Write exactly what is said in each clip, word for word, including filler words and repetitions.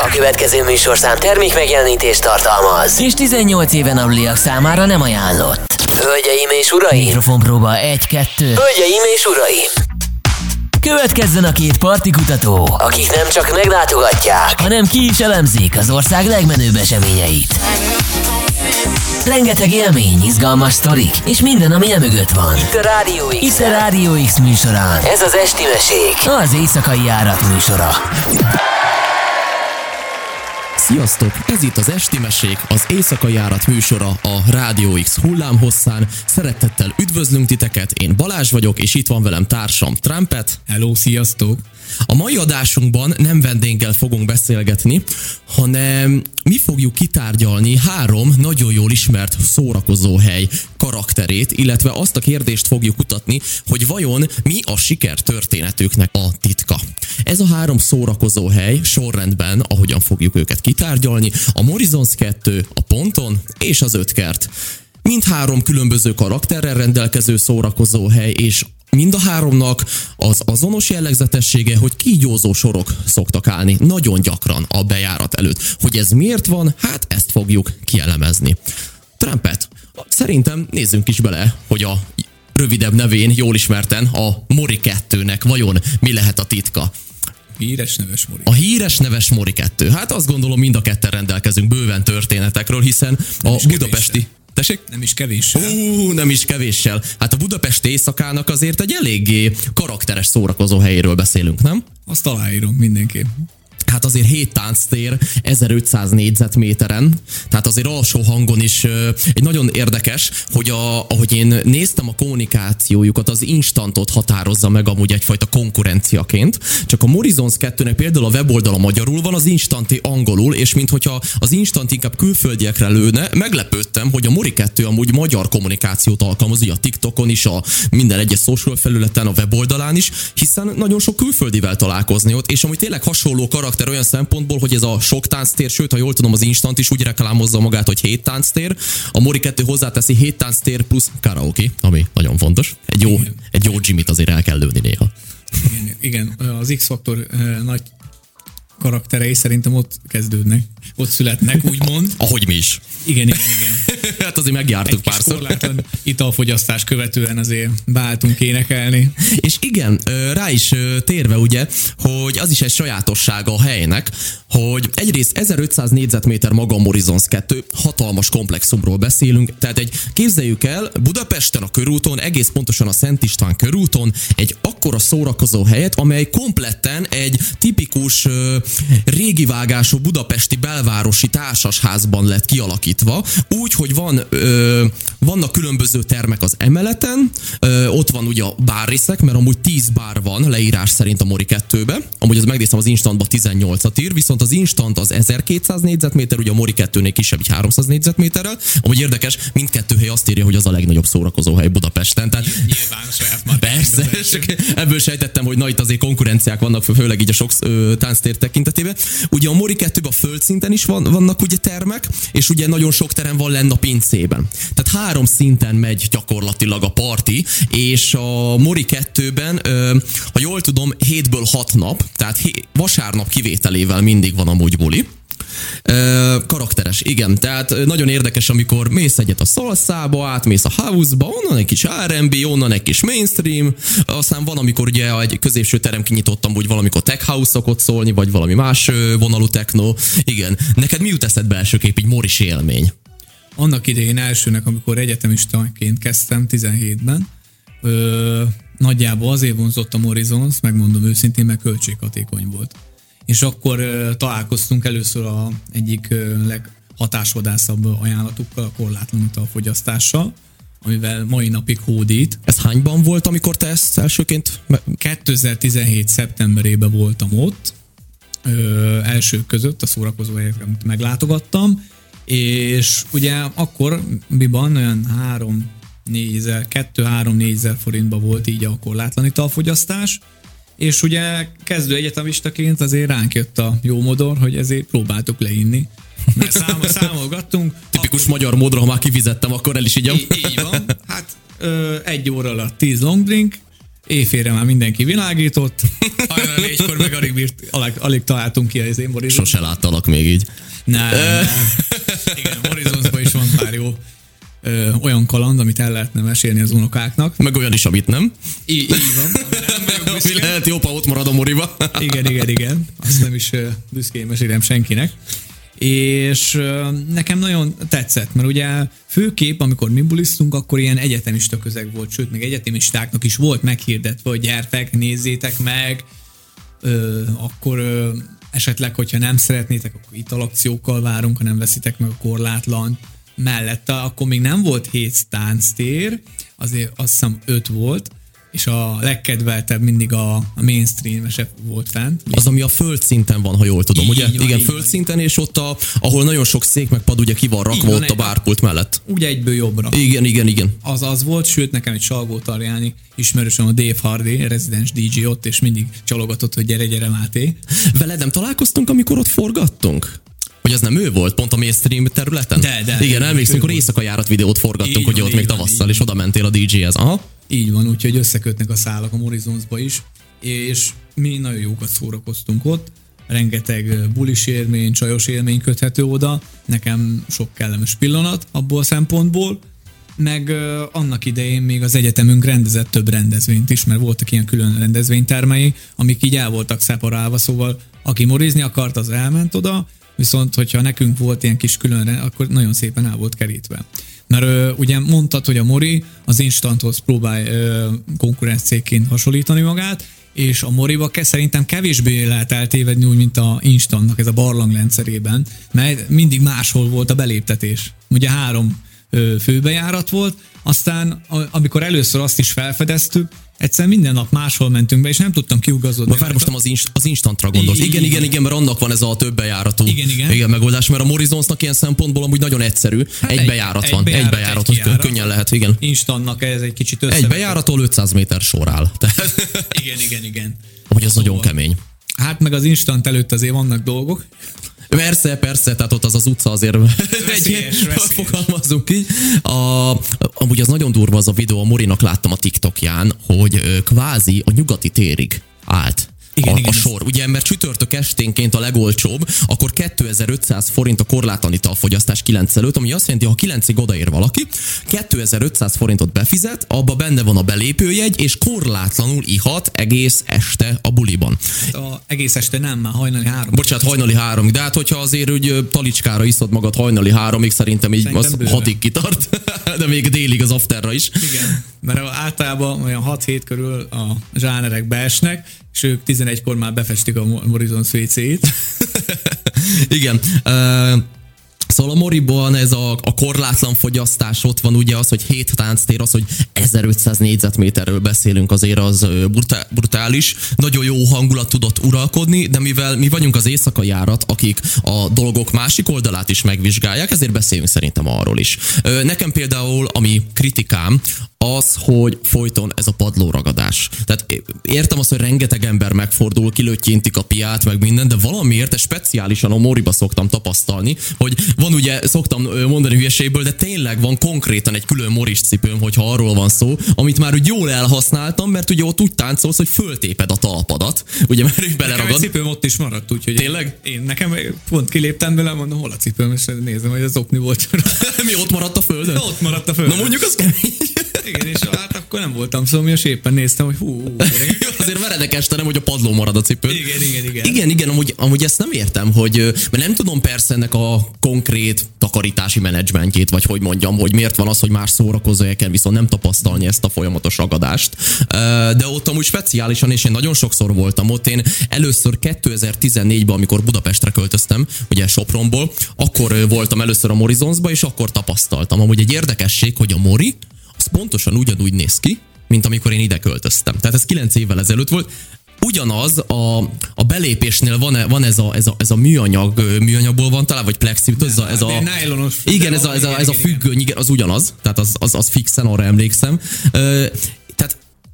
A következő műsorszám termék megjelenítést tartalmaz, és tizennyolc éven aluliak számára nem ajánlott. Hölgyeim és uraim! Mikrofonpróba egy kettő. Hölgyeim és uraim! Következzen a két partikutató, akik nem csak meglátogatják, hanem ki is elemzik az ország legmenőbb eseményeit. Rengeteg élmény, izgalmas sztorik, és minden, ami emögött van. Itt a Rádió X. Itt a Rádió X műsorán. Ez az Esti Mesék, az éjszakai járat műsora. Sziasztok! Ez itt az Esti Mesék, az éjszakai járat műsora a Rádió X hullámhosszán. Szeretettel üdvözlünk titeket, én Balázs vagyok, és itt van velem társam Trumpet. Hello, sziasztok! A mai adásunkban nem vendéggel fogunk beszélgetni, hanem mi fogjuk kitárgyalni három nagyon jól ismert szórakozóhely karakterét, illetve azt a kérdést fogjuk kutatni, hogy vajon mi a siker történetüknek a titka. Ez a három szórakozóhely sorrendben, ahogyan fogjuk őket kitárgyalni, a Morrisons kettő, a Ponton és az Ötkert. Mindhárom különböző karakterrel rendelkező szórakozóhely, és mind a háromnak az azonos jellegzetessége, hogy kígyózó sorok szoktak állni nagyon gyakran a bejárat előtt. Hogy ez miért van, hát ezt fogjuk kielemezni. Trumpet, szerintem nézzünk is bele, hogy a rövidebb nevén, jól ismerten, a Mori kettőnek vajon mi lehet a titka. Híres neves Mori. A híres neves Mori kettő. Hát azt gondolom, mind a ketten rendelkezünk bőven történetekről, hiszen a budapesti... Tessék? Nem is kevéssel. Ú, nem is kevéssel. Hát a Budapesti éjszakának azért egy eléggé karakteres szórakozó helyéről beszélünk, nem? Azt aláírom mindenképp. Hát azért hét tánctér ezerötszáz négyzetméteren, tehát azért alsó hangon is ö, egy nagyon érdekes, hogy a, ahogy én néztem a kommunikációjukat, az instantot határozza meg amúgy egyfajta konkurenciaként. Csak a Morrisons kettőnek például a weboldala magyarul van, az instanti angolul, és minthogyha az instant inkább külföldiekre lőne, meglepődtem, hogy a Mori kettő amúgy magyar kommunikációt alkalmaz, ugye a TikTokon is, a minden egyes social felületen, a weboldalán is, hiszen nagyon sok külföldivel találkozni ott, és amúgy tényleg hasonló karakter olyan szempontból, hogy ez a sok tánctér, sőt, ha jól tudom, az instant is úgy reklámozza magát, hogy hét tánctér. A Mori kettő hozzáteszi hét tánctér plusz karaoke, ami nagyon fontos. Egy jó, egy jó Jimmy-t azért el kell lőni néha. Igen, igen. Az X-faktor uh, nagy karakterei szerintem ott kezdődnek, ott születnek, úgymond. Ahogy mi is. Igen, igen, igen. Hát azért megjártuk egy párszor. Korlátlan italfogyasztás követően azért beálltunk énekelni. És igen, rá is térve ugye, hogy az is egy sajátossága a helynek, hogy egyrészt ezerötszáz négyzetméter maga a Morrisons kettő, hatalmas komplexumról beszélünk, tehát egy képzeljük el, Budapesten a körúton, egész pontosan a Szent István körúton egy akkora szórakozó helyet, amely kompletten egy tipikus régi vágású budapesti belvárosi társasházban lett kialakítva, úgy, hogy van, ö, vannak különböző termek az emeleten, ö, ott van ugye a bárrészek, mert amúgy tíz bár van leírás szerint a Mori kettőbe, amúgy az megnéztem az instantba tizennyolcat ír, viszont az instant az ezerkétszáz négyzetméter, ugye a Mori kettőnél kisebb, így háromszáz négyzetméterrel, amúgy érdekes, mindkettő hely azt írja, hogy az a legnagyobb szórakozóhely Budapesten. Tehát, nyilván a saját már. Persze, ebből sejtettem, hogy na itt azért konkurenciák vannak, főleg így a sok ö, tánctér tekintetében. Ugye a Mori kettőben a földszinten is van, vannak ugye termek, és ugye nagyon sok terem van lenne a pincében. Tehát három szinten megy gyakorlatilag a parti, és a Mori kettőben, ö, ha jól tudom, hétből hat nap, tehát hé- vasárnap kivételével mindig van amúgy buli. Ö, karakteres, igen, tehát nagyon érdekes, amikor mész egyet a szalszába, átmész a house-ba, onnan egy kis er and bé, onnan egy kis mainstream, aztán van, amikor ugye egy középső terem kinyitottam, úgy valamikor tech house szokott szólni, vagy valami más vonalú techno. Igen. Neked mi jut eszedbe elsőképp így Moris élmény? Annak idején elsőnek, amikor egyetemistaként kezdtem tizenhétben, ö, nagyjából azért vonzott a Morrisons, megmondom őszintén, mert költséghatékony volt. És akkor uh, találkoztunk először a egyik uh, leghatásvadászabb ajánlatukkal, a korlátlan italfogyasztással, amivel mai napig hódít. Ez hányban volt, amikor te ezt elsőként... kétezer-tizenhét szeptemberében voltam ott, ö, elsők között a szórakozóhelyeket, amit meglátogattam, és ugye akkor miban olyan három négyezer, kettő-három-négyezer forintba volt így a korlátlan italfogyasztás, és ugye kezdő egyetemistaként azért ránk jött a jó modor, hogy ezért próbáltuk leinni. Mert szám, számolgattunk. Tipikus akkor... magyar módra, ha már kifizettem, akkor el is igyam. Így, így van. Hát ö, egy óra alatt tíz long drink, éjfélre már mindenki világított, hajnal négykor meg alig, bírt, alig, alig találtunk ki az én Horizon. Sose láttalak még így. Nem, nem. Igen, Horizonsban is van pár jó ö, olyan kaland, amit el lehetne mesélni az unokáknak. Meg olyan is, amit nem. I- így van. Ami lehet jobb, ha ott marad a moriba. Igen, igen, igen. Azt nem is uh, büszkén mesélem senkinek. És uh, nekem nagyon tetszett, mert ugye főképp, amikor mi bulisztunk, akkor ilyen egyetemista közeg volt, sőt, még egyetemistáknak is volt meghirdetve, hogy gyertek, nézzétek meg, uh, akkor uh, esetleg, hogyha nem szeretnétek, akkor italakciókkal várunk, ha nem veszitek meg a korlátlan. Mellette akkor még nem volt hét tánctér, azért azt hiszem öt volt, és a legkedveltebb mindig a, a mainstream-esebb volt fent. Az, ami a földszinten van, ha jól tudom, így ugye? Van, igen, földszinten, és ott, a, ahol nagyon sok szék meg pad ugye ki van rakva, ott a bárpult mellett. Ugye egyből jobbra. Igen, igen, igen. Az az volt, sőt nekem egy Salgó-Tarjáni ismerősöm, a Dave Hardy, residens dé dzsé ott, és mindig csalogatott, hogy gyere, gyere Máté. Veled nem találkoztunk, amikor ott forgattunk? Hogy az nem ő volt, pont a mainstream területen? De, de. Igen, emlékszem, amikor éjszaka járat videót forgattunk, hogy ott még tavasszal, és oda mentél a dé dzséhez. Aha. Így van, úgyhogy összekötnek a szálak a Horizonsba is, és mi nagyon jókat szórakoztunk ott, rengeteg bulis élmény, csajos élmény köthető oda, nekem sok kellemes pillanat abból a szempontból, meg uh, annak idején még az egyetemünk rendezett több rendezvényt is, mert voltak ilyen külön rendezvénytermei, amik így el voltak szeparálva, szóval aki morizni akart, az elment oda, viszont hogyha nekünk volt ilyen kis külön, akkor nagyon szépen el volt kerítve. Mert ö, ugye mondtad, hogy a Mori az Instanthoz próbál ö, konkurenciaként hasonlítani magát, és a Moriba ke, szerintem kevésbé lehet eltévedni úgy, mint a Instantnak ez a barlangrendszerében, mert mindig máshol volt a beléptetés. Ugye három ö, főbejárat volt, aztán a, amikor először azt is felfedeztük, egyszerűen minden nap máshol mentünk be, és nem tudtam kiugazodni. Már most nem az, inst- az instantra gondolsz. Igen, igen, igen, mert annak van ez a több bejáratú igen, igen. igen, megoldás, mert a Horizonsnak ilyen szempontból amúgy nagyon egyszerű. Hát egy, egy bejárat egy van, bejárat, egy bejárat, egy hogy könnyen lehet, igen. Instantnak ez egy kicsit össze. Egy bejárattól ötszáz méter sor áll. Tehát... Igen, igen, igen. Hogy az szóval. Nagyon kemény. Hát meg az Instant előtt azért vannak dolgok. Persze, persze, tehát ott az az utca azért veszélyes, veszélyes. Fogalmazunk így. A, amúgy az nagyon durva az a videó, a Morinak láttam a TikTokján, hogy kvázi a nyugati térig állt. Igen, a, igen, a sor. Ugye, mert csütörtök esténként a legolcsóbb, akkor kétezer-ötszáz forint a korlátlan italfogyasztás kilenc előtt, ami azt jelenti, ha kilencig odaér valaki, kétezer-ötszáz forintot befizet, abba benne van a belépőjegy, és korlátlanul ihat egész este a buliban. A egész este nem, már hajnali három. Bocsánat, hajnali háromig, de hát hogyha azért úgy talicskára iszod magad hajnali háromig, szerintem így szerintem az bőven. hatig kitart, de még délig az afterra is. Igen, mert általában olyan hat-hét körül a zsánerek beesnek, és ők tizenegykor már befestik a Horizons vé cét. Igen. Uh, szóval a Moriban ez a, a korlátlan fogyasztás, ott van ugye az, hogy hét tánctér, az, hogy ezerötszáz négyzetméterről beszélünk, azért az brutál, brutális. Nagyon jó hangulat tudott uralkodni, de mivel mi vagyunk az éjszakai járat, akik a dolgok másik oldalát is megvizsgálják, ezért beszélünk szerintem arról is. Nekem például, ami kritikám, az, hogy folyton ez a padlóragadás. Tehát értem azt, hogy rengeteg ember megfordul, kilöttyintik a piát, meg minden, de valamiért speciálisan a Moriba szoktam tapasztalni, hogy van ugye, szoktam mondani hülyeségből, de tényleg van konkrétan egy külön moris cipőm, hogyha arról van szó, amit már úgy jól elhasználtam, mert ugye ott úgy táncolsz, hogy föltéped a talpadat, ugye, mert ő beleragad. Nekem egy cipőm ott is maradt, úgyhogy tényleg? Én, én nekem pont kiléptem belőle, mondom, hol a cipőm, és nézem, hogy az okni volt. Mi ott maradt a földön? Ott maradt a földön. Na mondjuk az kemény. Igen, és hát akkor nem voltam szomjas, éppen néztem, hogy hú, hú azért veredek este, nem, hogy a padló marad a cipőd. Igen, igen, igen. Igen, igen, amúgy, amúgy ezt nem értem, hogy, mert nem tudom persze ennek a konkrét takarítási menedzsmentjét, vagy hogy mondjam, hogy miért van az, hogy más szórakozóhelyeken viszont nem tapasztalni ezt a folyamatos ragadást. De ott amúgy speciálisan, és én nagyon sokszor voltam ott, én először kétezer-tizennégyben, amikor Budapestre költöztem, ugye Sopronból, akkor voltam először a Horizonsba, és akkor tapasztaltam. Amúgy egy érdekesség, hogy a Mori, az pontosan ugyanúgy néz ki, mint amikor én ide költöztem. Tehát ez kilenc évvel ezelőtt volt. Ugyanaz, a, a belépésnél van, van ez, a, ez, a, ez a műanyag, műanyagból van talán, vagy plexit, ez a, ez a, igen, ez a, ez a, ez a függöny, igen, az ugyanaz, tehát az, az, az fixen, arra emlékszem. Tehát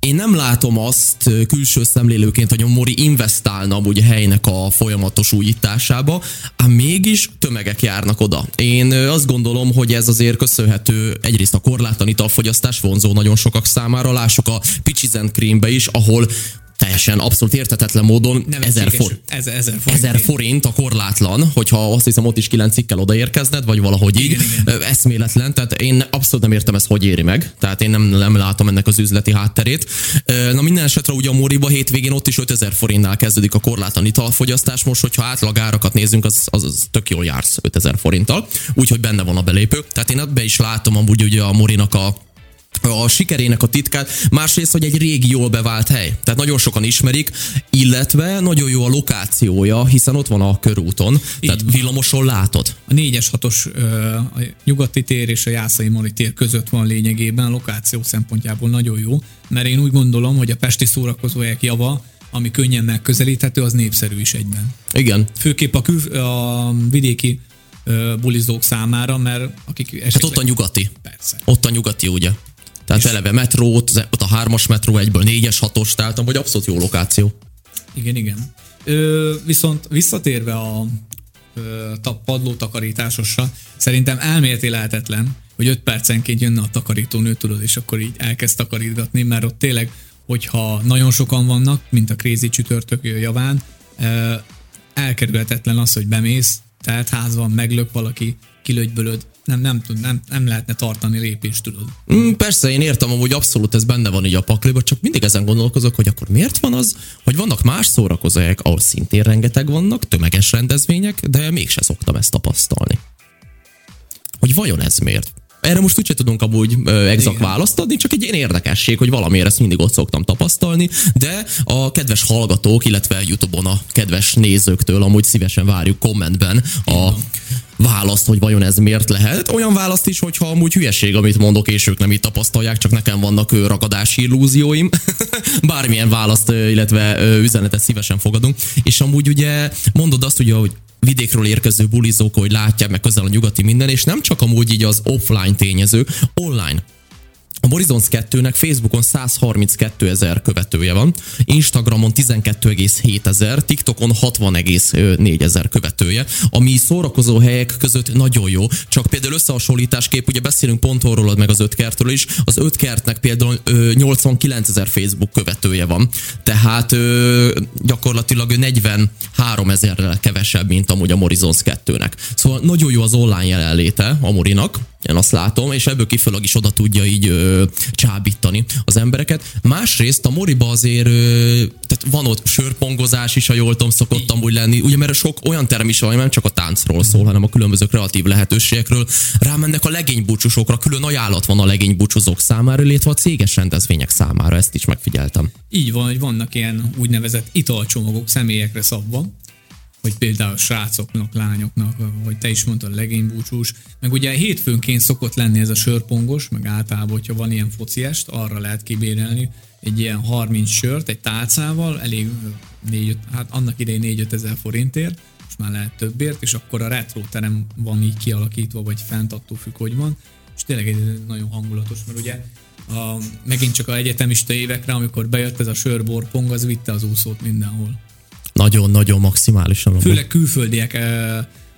Én nem látom azt külső szemlélőként, hogy a Mori investálna amúgy a helynek a folyamatos újításába, ám mégis tömegek járnak oda. Én azt gondolom, hogy ez azért köszönhető egyrészt a korlátlan italfogyasztás vonzó nagyon sokak számára. Lássuk a Peaches and Creambe is, ahol teljesen abszolút érthetetlen módon ezer, for, ezer, ezer, forint. ezer forint a korlátlan, hogyha azt hiszem ott is kilenc cikkel odaérkezned, vagy valahogy így. Igen, igen. Eszméletlen, tehát én abszolút nem értem ezt, hogy éri meg. Tehát én nem, nem látom ennek az üzleti hátterét. Na minden esetre ugye a Moriba hétvégén ott is ötezer forintnál kezdődik a korlátlan italfogyasztás. Most, hogyha átlag árakat nézzünk, az, az, az tök jól jársz ötezer forinttal. Úgyhogy benne van a belépő. Tehát én ebbe is látom amúgy ugye a Morinak a a sikerének a titkát, másrészt, hogy egy régi jól bevált hely. Tehát nagyon sokan ismerik, illetve nagyon jó a lokációja, hiszen ott van a körúton, így tehát van. Villamoson látod. A négyes hatos a Nyugati tér és a Jászai Mari tér között van lényegében, a lokáció szempontjából nagyon jó, mert én úgy gondolom, hogy a pesti szórakozóhelyek java, ami könnyen megközelíthető, az népszerű is egyben. Igen. Főképp a, kül- a vidéki bulizók számára, mert akik esetleg... Hát ott a Nyugati. Persze. Ott a Nyugati, ugye. Tehát eleve metró, ott a hármas metró, egyből négyes, hatos, tehát vagy abszolút jó lokáció. Igen, igen. Ö, viszont visszatérve a, a padlótakarításosra, szerintem elméleti lehetetlen, hogy öt percenként jönne a takarítónő, tudod, és akkor így elkezd takarítgatni, mert ott tényleg, hogyha nagyon sokan vannak, mint a Crazy csütörtök javán, elkerülhetetlen az, hogy bemész, tehát házban meglök valaki, kilögybölöd, nem, nem, tud, nem, nem lehetne tartani lépést, tudod. Mm, persze, én értem, hogy abszolút ez benne van így a pakliba, csak mindig ezen gondolkozok, hogy akkor miért van az, hogy vannak más szórakozóhelyek, ahol szintén rengeteg vannak, tömeges rendezvények, de mégse szoktam ezt tapasztalni. Hogy vajon ez miért? Erre most úgyse tudunk amúgy ö, exakt választ adni, csak egy ilyen érdekesség, hogy valamiért ezt mindig ott szoktam tapasztalni, de a kedves hallgatók, illetve YouTube-on a kedves nézőktől amúgy szívesen várjuk kommentben a választ, hogy vajon ez miért lehet. Olyan választ is, hogyha amúgy hülyeség, amit mondok, és ők nem így tapasztalják, csak nekem vannak ö, ragadási illúzióim. Bármilyen választ, ö, illetve ö, üzenetet szívesen fogadunk. És amúgy ugye mondod azt ugye, hogy vidékről érkező bulizók, hogy látják meg közel a Nyugati minden, és nem csak amúgy így az offline tényező, online. A Morizonc kettőnek Facebookon száz harminckettő ezer követője van, Instagramon tizenkét egész hét ezer, TikTokon hatvan egész négy ezer követője, ami szórakozó helyek között nagyon jó. Csak például összehasonlításképp, ugye beszélünk pont arról, meg az öt kertről is, az öt kertnek például nyolcvankilenc ezer Facebook követője van, tehát ö, gyakorlatilag negyvenhárom ezerrel kevesebb, mint amúgy a Morizonc kettőnek. Szóval nagyon jó az online jelenléte a Morinak, én azt látom, és ebből kifolyólag is oda tudja így ö, csábítani az embereket. Másrészt a Moriba azért, ö, tehát van ott sörpongozás is, ha jól tudom, szokott amúgy lenni, ugye mert sok olyan terem is van, nem csak a táncról szól, hanem a különböző kreatív lehetőségekről. Rámennek a legénybúcsúsokra, külön ajánlat van a legénybúcsúzók számára, illetve a céges rendezvények számára, ezt is megfigyeltem. Így van, hogy vannak ilyen úgynevezett italcsomagok személyekre szabva, hogy például srácoknak, lányoknak, vagy te is mondtad, legénybúcsús, meg ugye hétfőnként szokott lenni ez a sörpongos, meg általában, hogyha van ilyen fociest, arra lehet kibérelni egy ilyen harminc sört, egy tálcával, elég négy, hát annak idején négy-öt ezer forintért, most már lehet többért, és akkor a retro terem van így kialakítva, vagy fent attól függ, hogy van, és tényleg egy nagyon hangulatos, mert ugye a, megint csak a egyetemista évekre, amikor bejött ez a sörborpong, az vitte az úszót mindenhol. Nagyon-nagyon maximálisan. Főleg külföldiek ö,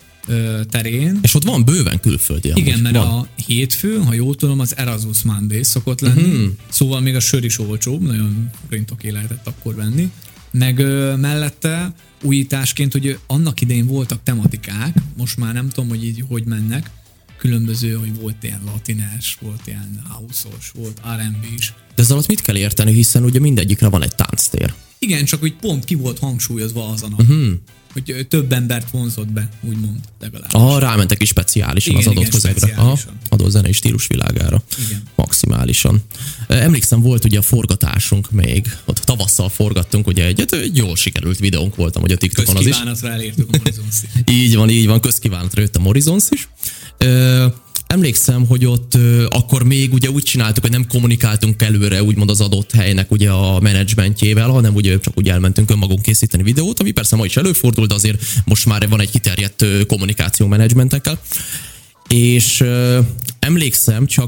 ö, terén. És ott van bőven külföldi. Igen, mert van. A hétfő, ha jól tudom, az Erasmus Monday szokott lenni. Uh-huh. Szóval még a sör is olcsóbb, nagyon forintoké lehetett akkor venni. Meg ö, mellette újításként, hogy annak idején voltak tematikák, most már nem tudom, hogy így hogy mennek, különböző, hogy volt ilyen latines, volt ilyen house-os, volt er and bé is. De ez alatt mit kell érteni, hiszen ugye mindegyikre van egy tánctér. Igen, csak hogy pont ki volt hangsúlyozva az a nap. Uh-huh. Hogy több embert vonzott be, úgymond legalább. Aha, rámentek is speciálisan igen, az adott közegre. Aha, adott zenei stílus világára. Igen. Maximálisan. Emlékszem, volt ugye a forgatásunk még, ott tavasszal forgattunk, ugye egyet, egy jól sikerült videónk voltam, hogy a TikTokon az is. Közkívánatra elértük a Morizonc is. Így van, így van, közkívánatra jött a Morizonc is. Ö, Emlékszem, hogy ott ö, akkor még ugye úgy csináltuk, hogy nem kommunikáltunk előre úgymond az adott helynek ugye a menedzsmentjével, hanem ugye csak úgy elmentünk önmagunk készíteni videót, ami persze ma is előfordul, de azért most már van egy kiterjedt ö, kommunikáció menedzsmentekkel. És ö, emlékszem, csak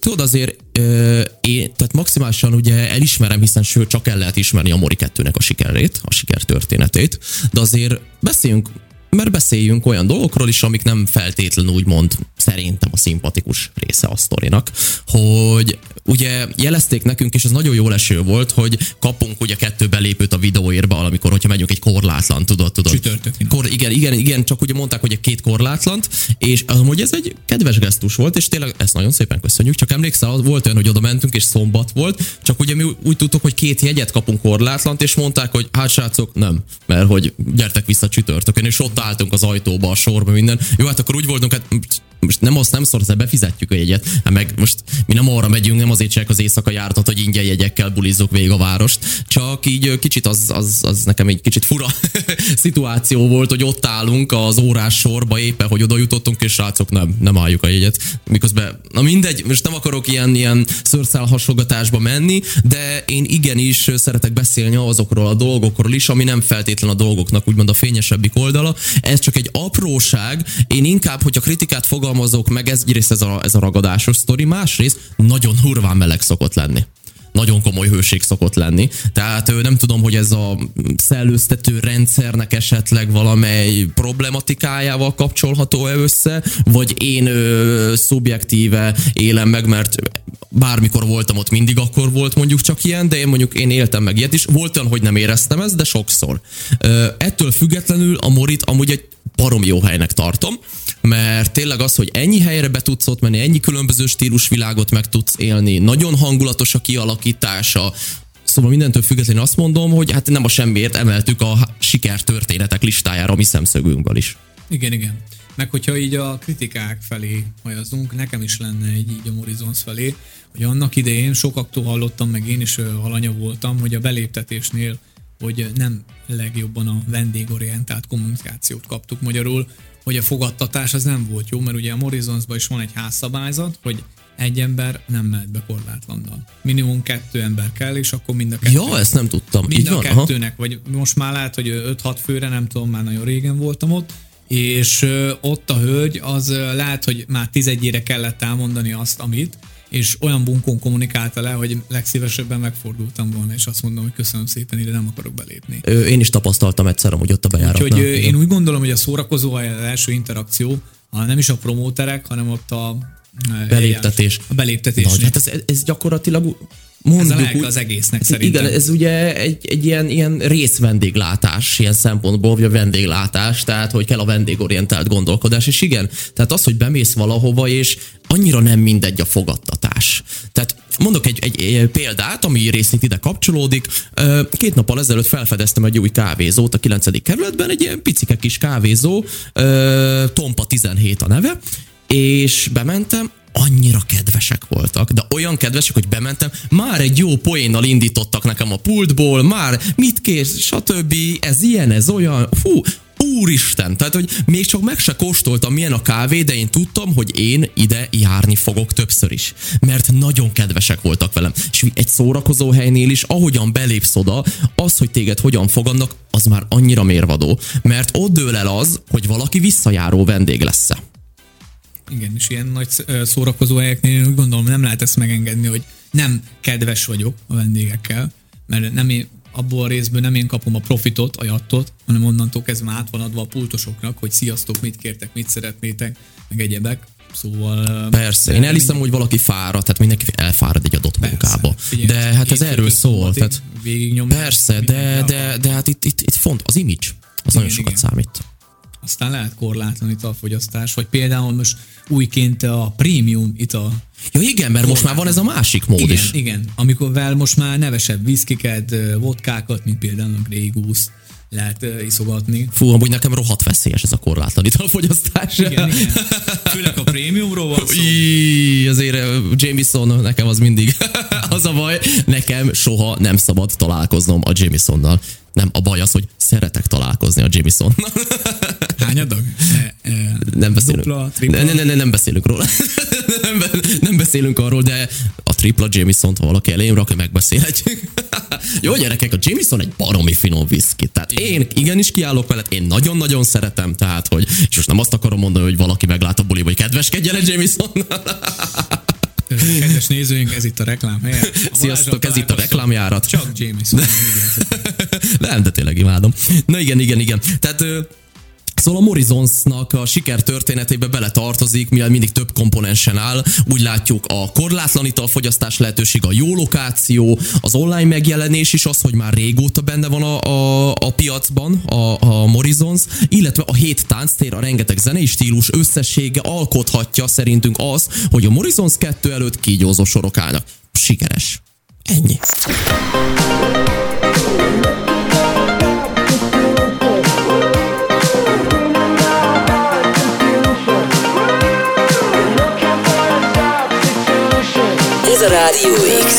tudod azért, ö, én, tehát maximálisan ugye elismerem, hiszen sőt, csak el lehet ismerni a Mori kettőnek a sikerét, a sikertörténetét, de azért beszéljünk, mert beszéljünk olyan dolgokról is, amik nem feltétlenül úgymond szerintem a szimpatikus része a sztorinak, hogy ugye jelezték nekünk, és ez nagyon jó eső volt, hogy kapunk ugye kettő belépőt a videóérbe, amikor, hogyha megyünk egy korlátlan, tudod, tudod. Csütörtökén. Kor, igen, igen, igen, csak ugye mondták, hogy egy két korlátlant, és amúgy ez egy kedves gesztus volt, és tényleg ezt nagyon szépen köszönjük, csak emlékszel, volt olyan, hogy oda mentünk, és szombat volt, csak ugye mi úgy tudtuk, hogy két jegyet kapunk korlátlant, és mondták, hogy hát srácok, nem, mert hogy gyertek vissza csütörtökön, és ott álltunk az ajtóba, a sorba, minden. Jó, hát akkor úgy voltunk, hát most nem azt nem szor, befizetjük a jegyet, hát meg most mi nem arra megyünk, nem azért csináljuk az éjszaka járatot, hogy ingyen jegyekkel bulizzuk végig a várost, csak így kicsit az, az, az nekem egy kicsit fura szituáció volt, hogy ott állunk az órás sorba éppen, hogy oda jutottunk, és srácok, nem, nem álljuk a jegyet. Miközben, na mindegy, most nem akarok ilyen, ilyen szőrszál hasongatásba menni, de én igenis szeretek beszélni azokról a dolgokról is, ami nem feltétlen a dolgoknak úgymond a fényesebbik oldala. Ez csak egy apróság, én inkább, hogyha kritikát fogalmazok meg, ez, egyrészt ez a, ez a ragadásos sztori, másrészt nagyon hurván meleg szokott lenni. Nagyon komoly hőség szokott lenni. Tehát nem tudom, hogy ez a szellőztető rendszernek esetleg valamely problematikájával kapcsolható-e össze, vagy én ö, szubjektíve élem meg, mert bármikor voltam ott, mindig akkor volt mondjuk csak ilyen, de én mondjuk én éltem meg ilyet is. Volt olyan, hogy nem éreztem ezt, de sokszor. Ö, ettől függetlenül a Morit amúgy egy baromi jó helynek tartom, mert tényleg az, hogy ennyi helyre be tudsz ott menni, ennyi különböző stílusvilágot meg tudsz élni, nagyon hangulatos a kialakítása, szóval mindentől függetlenül azt mondom, hogy hát nem a semmiért emeltük a sikertörténetek listájára a mi szemszögünkből is. Igen, igen. Meg hogyha így a kritikák felé hajazunk, nekem is lenne egy így a Morizons felé, hogy annak idején sokaktól hallottam, meg én is alanya voltam, hogy a beléptetésnél, hogy nem legjobban a vendégorientált kommunikációt kaptuk magyarul, hogy a fogadtatás az nem volt jó, mert ugye a Morizonsban is van egy házszabályzat, hogy egy ember nem mehet be korlátlannal. Minimum kettő ember kell, és akkor mind a kettő. Ja, ezt nem tudtam. Mind a kettőnek, aha. Vagy most már lehet, hogy öt-hat főre, nem tudom, már nagyon régen voltam ott, és ö, ott a hölgy, az ö, lehet, hogy már tizedjére kellett elmondani azt, amit, és olyan bunkón kommunikálta le, hogy legszívesebben megfordultam volna, és azt mondom, hogy köszönöm szépen, ide nem akarok belépni. Ö, én is tapasztaltam egyszer, hogy ott a bejáratnál. Úgyhogy én úgy gondolom, hogy a szórakozó az első interakció, ha nem is a promóterek, hanem ott a beléptetés. A beléptetés. Na, hát ez, ez gyakorlatilag mondjuk, ez a lelke az egésznek ez, szerintem. Igen, ez ugye egy, egy ilyen, ilyen részvendéglátás, ilyen szempontból, vagy a vendéglátás, tehát hogy kell a vendégorientált gondolkodás, és igen, tehát az, hogy bemész valahova, és annyira nem mindegy a fogadtatás. Tehát mondok egy, egy, egy példát, ami részint ide kapcsolódik. Két nappal ezelőtt felfedeztem egy új kávézót a kilencedik kerületben, egy ilyen picike kis kávézó, Tompa tizenhét a neve, és bementem, annyira kedvesek voltak, de olyan kedvesek, hogy bementem, már egy jó poénnal indítottak nekem a pultból, már mit kérsz, stb. Ez ilyen, ez olyan, fú, úristen, tehát, hogy még csak meg se kóstoltam, milyen a kávé, de én tudtam, hogy én ide járni fogok többször is, mert nagyon kedvesek voltak velem. És egy szórakozó helynél is, ahogyan belépsz oda, az, hogy téged hogyan fogadnak, az már annyira mérvadó, mert ott dől el az, hogy valaki visszajáró vendég lesz-e. Igen, és ilyen nagy szórakozó helyeknél én úgy gondolom, nem lehet ezt megengedni, hogy nem kedves vagyok a vendégekkel, mert nem én, abból a részből nem én kapom a profitot, a jattot, hanem onnantól kezdve át van adva a pultosoknak, hogy sziasztok, mit kértek, mit szeretnétek, meg egyebek. Szóval... Persze, én elhiszem, hogy valaki fárad, tehát mindenki elfárad egy adott persze, munkába. Figyelj, de hát ez erről szól. Tehát, persze, de, de, de hát itt, itt, itt font az image, az igen, nagyon sokat igen. számít. Aztán lehet korlátlan italfogyasztás, vagy például most újként a prémium ital. Ja igen, mert most már van ez a másik mód igen, is. Igen, amikorvel most már nevesebb viszkiket, vodkákat, mint például a Grey Goose lehet uh, iszogatni. Fú, amúgy nekem rohadt veszélyes ez a korlátlan italfogyasztás. Igen, igen. Főleg a prémiumról van szó. Íj, azért Jameson nekem az mindig az a baj. Nekem soha nem szabad találkoznom a Jamesonnal. Nem, a baj az, hogy szeretek találkozni a Jamesonnal. Hány adag? E, e, nem beszélünk. Dupla, tripla? Ne, ne, ne, nem beszélünk róla. nem, nem beszélünk arról, de a tripla Jameson-t valaki elém rak, megbeszélhetjük. Jó gyerekek, a Jameson egy baromi finom viszki. Tehát én igenis kiállok mellett, én nagyon-nagyon szeretem, tehát, hogy, és most nem azt akarom mondani, hogy valaki meglát a buliba, hogy kedveskedjen a Jamesonnal. Kedves nézőink, ez itt a reklám helye. Sziasztok, ez itt a reklámjárat. Csak Jameson. Nem, de tényleg imádom. Na igen, igen, igen. Tehát... Szóval a Morrisonsnak a siker történetébe beletartozik, mivel mindig több komponensen áll. Úgy látjuk a korlátlan italfogyasztás lehetőség, a jó lokáció, az online megjelenés is az, hogy már régóta benne van a, a, a piacban a, a Morrisons, illetve a hét tánctér, a rengeteg zenei stílus összessége alkothatja szerintünk az, hogy a Morrisons kettő előtt kígyózó sorok állnak. Sikeres. Ennyi. Ez a Rádió X.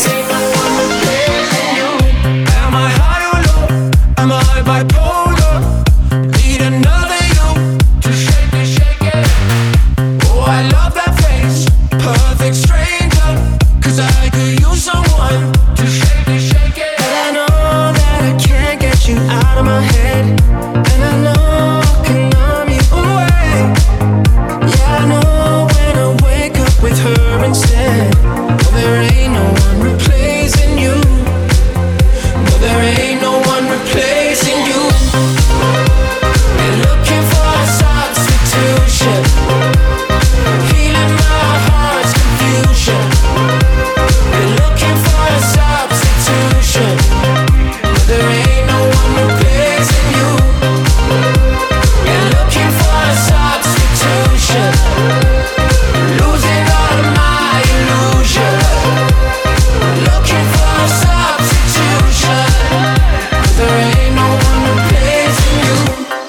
Am I high or low? Am I bipolar? Need another you to shake it, shake it. Oh, I love that face, perfect stranger. 'Cause I could use someone to shake it, shake it. But I know that I can't get you out of my head. And I know I can numb you away. Yeah, I know when I wake up with her instead. There ain't no one replacing you. No, there ain't no one replacing you. Been looking for a substitution, healing my heart's confusion. Been looking for a substitution. No, there ain't no one replacing you. Been looking for a substitution, losing all of my illusion. Looking for a substitution. There ain't no one replacing you.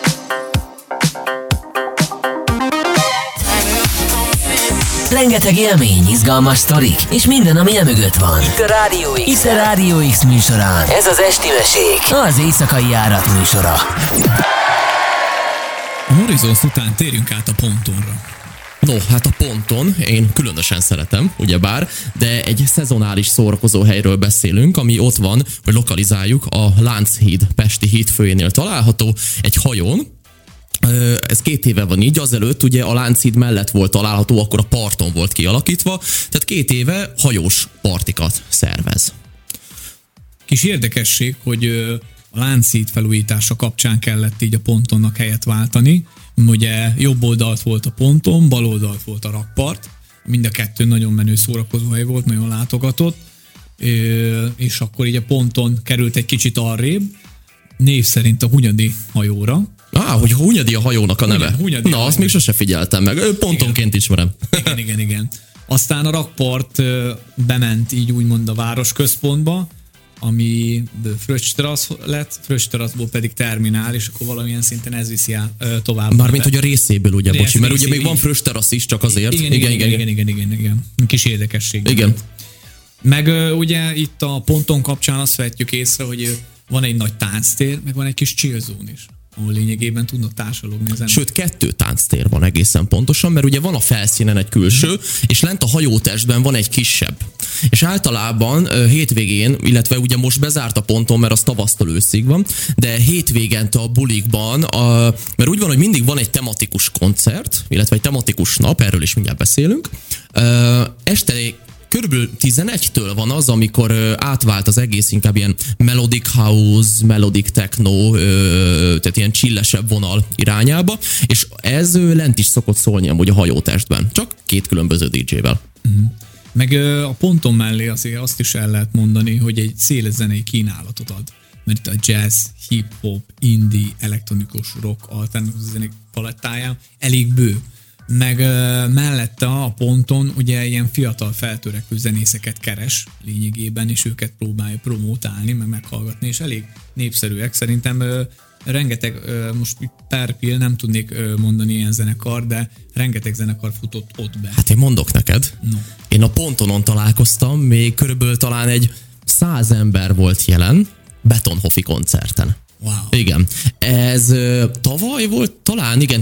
Rengeteg élmény, izgalmas sztorik, és minden, ami emögött van. Itt a Rádió X. Itt a Rádió X műsorán. Ez az Esti Mesék, az éjszakai járat műsora. A Morrisons után térjünk át a pontonra. No, hát a ponton én különösen szeretem, ugyebár, de egy szezonális szórakozó helyről beszélünk, ami ott van, hogy lokalizáljuk, a Lánchíd Pesti hídfőjénél található, egy hajón. Ez két éve van így, azelőtt ugye a Lánchíd mellett volt található, akkor a parton volt kialakítva, tehát két éve hajós partikat szervez. Kis érdekesség, hogy a Lánchíd felújítása kapcsán kellett így a pontonnak helyet váltani. Ugye jobb oldalt volt a ponton, bal oldalt volt a rakpart, mind a kettő nagyon menő szórakozóhely volt, nagyon látogatott, és akkor így a ponton került egy kicsit arrébb, név szerint a Hunyadi hajóra. Á, hogy Hunyadi a hajónak a neve. Hunyadi, Hunyadi Na, a azt hajó. még sose figyeltem meg, pontonként ismerem. Igen, igen, igen. Aztán a rakpart bement így úgymond a városközpontba, ami Fröccstrasz lett, Fröccstraszból pedig terminál, és akkor valamilyen szinten ez viszi át, ö, tovább. Mármint, hogy a részéből, ugye, Rész, bocsi, mert ugye részéből, még van Fröccstrasz is, csak azért. Igen, igen, igen, igen, igen, igen, igen. Kis érdekesség. Igen. Meg ö, ugye itt a ponton kapcsán azt vehetjük észre, hogy ö, van egy nagy tánctér, meg van egy kis chill zone is, ahol lényegében tudnak társalogni az emberek. Sőt, kettő tánctér van egészen pontosan, mert ugye van a felszínen egy külső, mm. és lent a hajótestben van egy kisebb. És általában hétvégén, illetve ugye most bezárt a ponton, mert az tavasztól őszig van, de hétvégente a bulikban, a, mert úgy van, hogy mindig van egy tematikus koncert, illetve egy tematikus nap, erről is mindjárt beszélünk. Este körülbelül tizenegytől van az, amikor ö, átvált az egész inkább ilyen melodic house, melodic techno, ö, tehát ilyen chillesebb vonal irányába, és ez ö, lent is szokott szólni amúgy a hajótestben, csak két különböző dé dzsével. Uh-huh. Meg ö, a ponton mellé azért azt is el lehet mondani, hogy egy széles zenei kínálatot ad, mert itt a jazz, hip-hop, indie, elektronikus rock, alternatív zenék palettáján elég bő. Meg uh, mellette a ponton ugye ilyen fiatal feltörekvő zenészeket keres lényegében, és őket próbálja promótálni, meg meghallgatni, és elég népszerűek. Szerintem uh, rengeteg, uh, most per pill nem tudnék uh, mondani ilyen zenekar, de rengeteg zenekar futott ott be. Hát én mondok neked, no. Én a pontonon találkoztam, még körülbelül talán egy száz ember volt jelen Betonhoffi koncerten. Wow. Igen. Ez uh, tavaly volt, talán igen,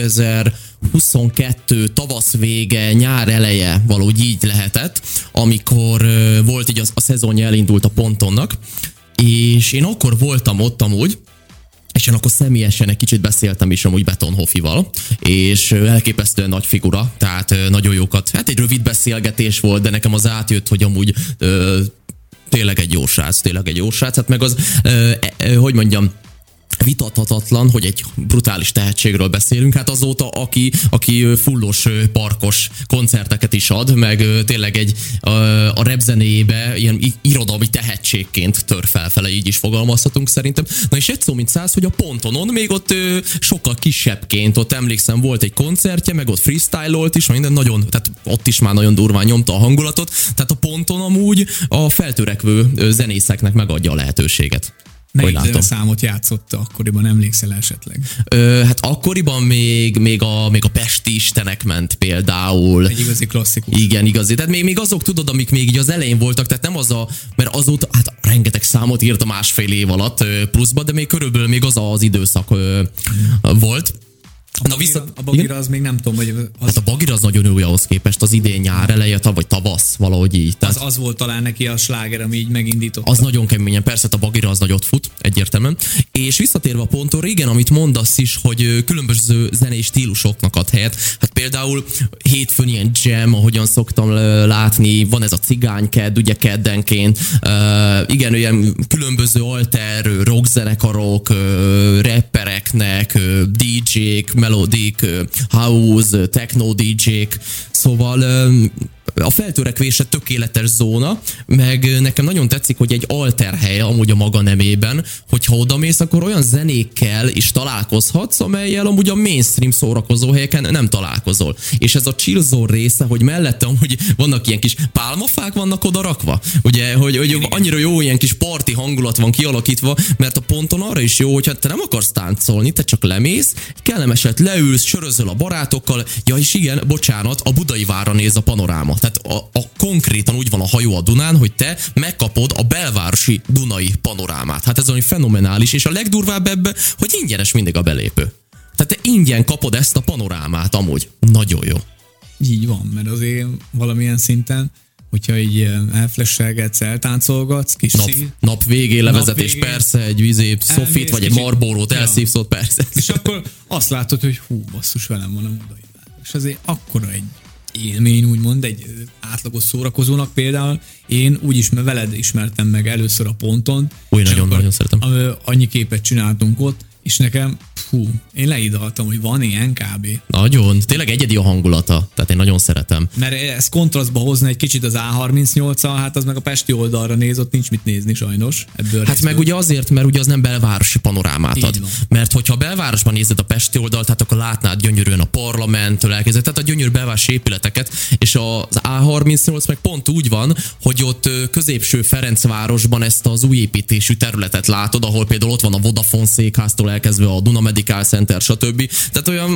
kétezer-huszonkettő tavasz vége, nyár eleje, valahogy így lehetett, amikor uh, volt így az, a szezonja elindult a pontonnak, és én akkor voltam ott amúgy, és én akkor személyesen egy kicsit beszéltem is amúgy Betonhoffival, és elképesztően nagy figura, tehát nagyon jókat, hát egy rövid beszélgetés volt, de nekem az átjött, hogy amúgy ö, tényleg egy jó srác, tényleg egy jó srác, hát meg az, ö, ö, hogy mondjam, vitathatatlan, hogy egy brutális tehetségről beszélünk, hát azóta, aki, aki fullos parkos koncerteket is ad, meg tényleg egy a, a rap zenéjébe ilyen irodalmi tehetségként tör felfele, így is fogalmazhatunk szerintem. Na és egy szó mint száz, hogy a Pontonon még ott ö, sokkal kisebbként, ott emlékszem volt egy koncertje, meg ott freestyle-olt is, minden nagyon, tehát ott is már nagyon durván nyomta a hangulatot, tehát a Ponton amúgy a feltörekvő zenészeknek megadja a lehetőséget. Melyik számot játszott akkoriban, emlékszel esetleg? Ö, hát akkoriban még, még, a, még a Pesti Istenek ment például. Egy igazi klasszikus. Igen, igazi. Tehát még, még azok tudod, amik még így az elején voltak, tehát nem az a, mert azóta, hát rengeteg számot írt a másfél év alatt pluszba, de még körülbelül még az az időszak ö, volt. A Bagira, vissza, a Bagira az még nem tudom, hogy... Az... Hát a Bagira az nagyon jó ahhoz képest, az idén nyár eleje, vagy tavasz, valahogy így. Tehát az, az volt talán neki a sláger, ami így megindította. Az nagyon keményen, persze a Bagira az nagyot fut, egyértelműen. És visszatérve a ponton, régen, amit mondasz is, hogy különböző zenei stílusoknak ad helyet. Hát például hétfőn ilyen jam, ahogyan szoktam látni, van ez a cigánykedd, ugye keddenként. Uh, igen, olyan különböző alter, rockzenekarok, uh, rappereknek, uh, dé jék, melodik, house, techno dé jék, szóval a feltörekvése tökéletes zóna, meg nekem nagyon tetszik, hogy egy alterhely amúgy a maga nemében, hogyha odamész, akkor olyan zenékkel is találkozhatsz, amellyel amúgy a mainstream szórakozóhelyeken nem találkozol. És ez a chill zone része, hogy mellette amúgy vannak ilyen kis pálmafák vannak oda rakva, ugye, hogy, hogy annyira jó ilyen kis parti hangulat van kialakítva, mert a Ponton arra is jó, hogyha te nem akarsz táncolni, te csak lemész, kellemeset leülsz, sörözöl a barátokkal, ja és igen, bocsánat, a Budai várra néz a panoráma. Tehát a, a konkrétan úgy van a hajó a Dunán, hogy te megkapod a belvárosi Dunai panorámát. Hát ez olyan fenomenális, és a legdurvább ebbe, hogy ingyenes mindig a belépő. Tehát te ingyen kapod ezt a panorámát amúgy. Nagyon jó. Így van, mert azért valamilyen szinten, hogyha így elflesselgetsz, eltáncolgatsz, kis nap, szív, nap végén levezetés, végén persze, egy vizé, Sofit, vagy egy Marlborót ja. elszívsz ott, persze. És akkor azt látod, hogy hú, basszus, velem van a Budai vár. És azért akkora egy élmény, úgymond, egy átlagos szórakozónak például. Én úgyis, mert veled ismertem meg először a Ponton. Új, nagyon-nagyon szeretem. Annyi képet csináltunk ott, és nekem, hú, én leidaltam, hogy van ilyen kb. Nagyon, tényleg egyedi a hangulata, tehát én nagyon szeretem. Mert ez kontrasztba hozna egy kicsit az á harmincnyolccal, hát az meg a pesti oldalra néz, ott nincs mit nézni sajnos. Ebből hát meg ugye azért, mert ugye az nem belvárosi panorámát ad. Mert hogyha a belvárosban nézed a pesti oldalt, hát akkor látnád gyönyörűen a parlamenttől elkezdve, tehát a gyönyörű belvárosi épületeket, és az á harmincnyolc meg pont úgy van, hogy ott középső Ferencvárosban ezt az új építésű területet látod, ahol például ott van a Vodafone székháztól elkezdve a Duna Medical Center, stb. Tehát olyan,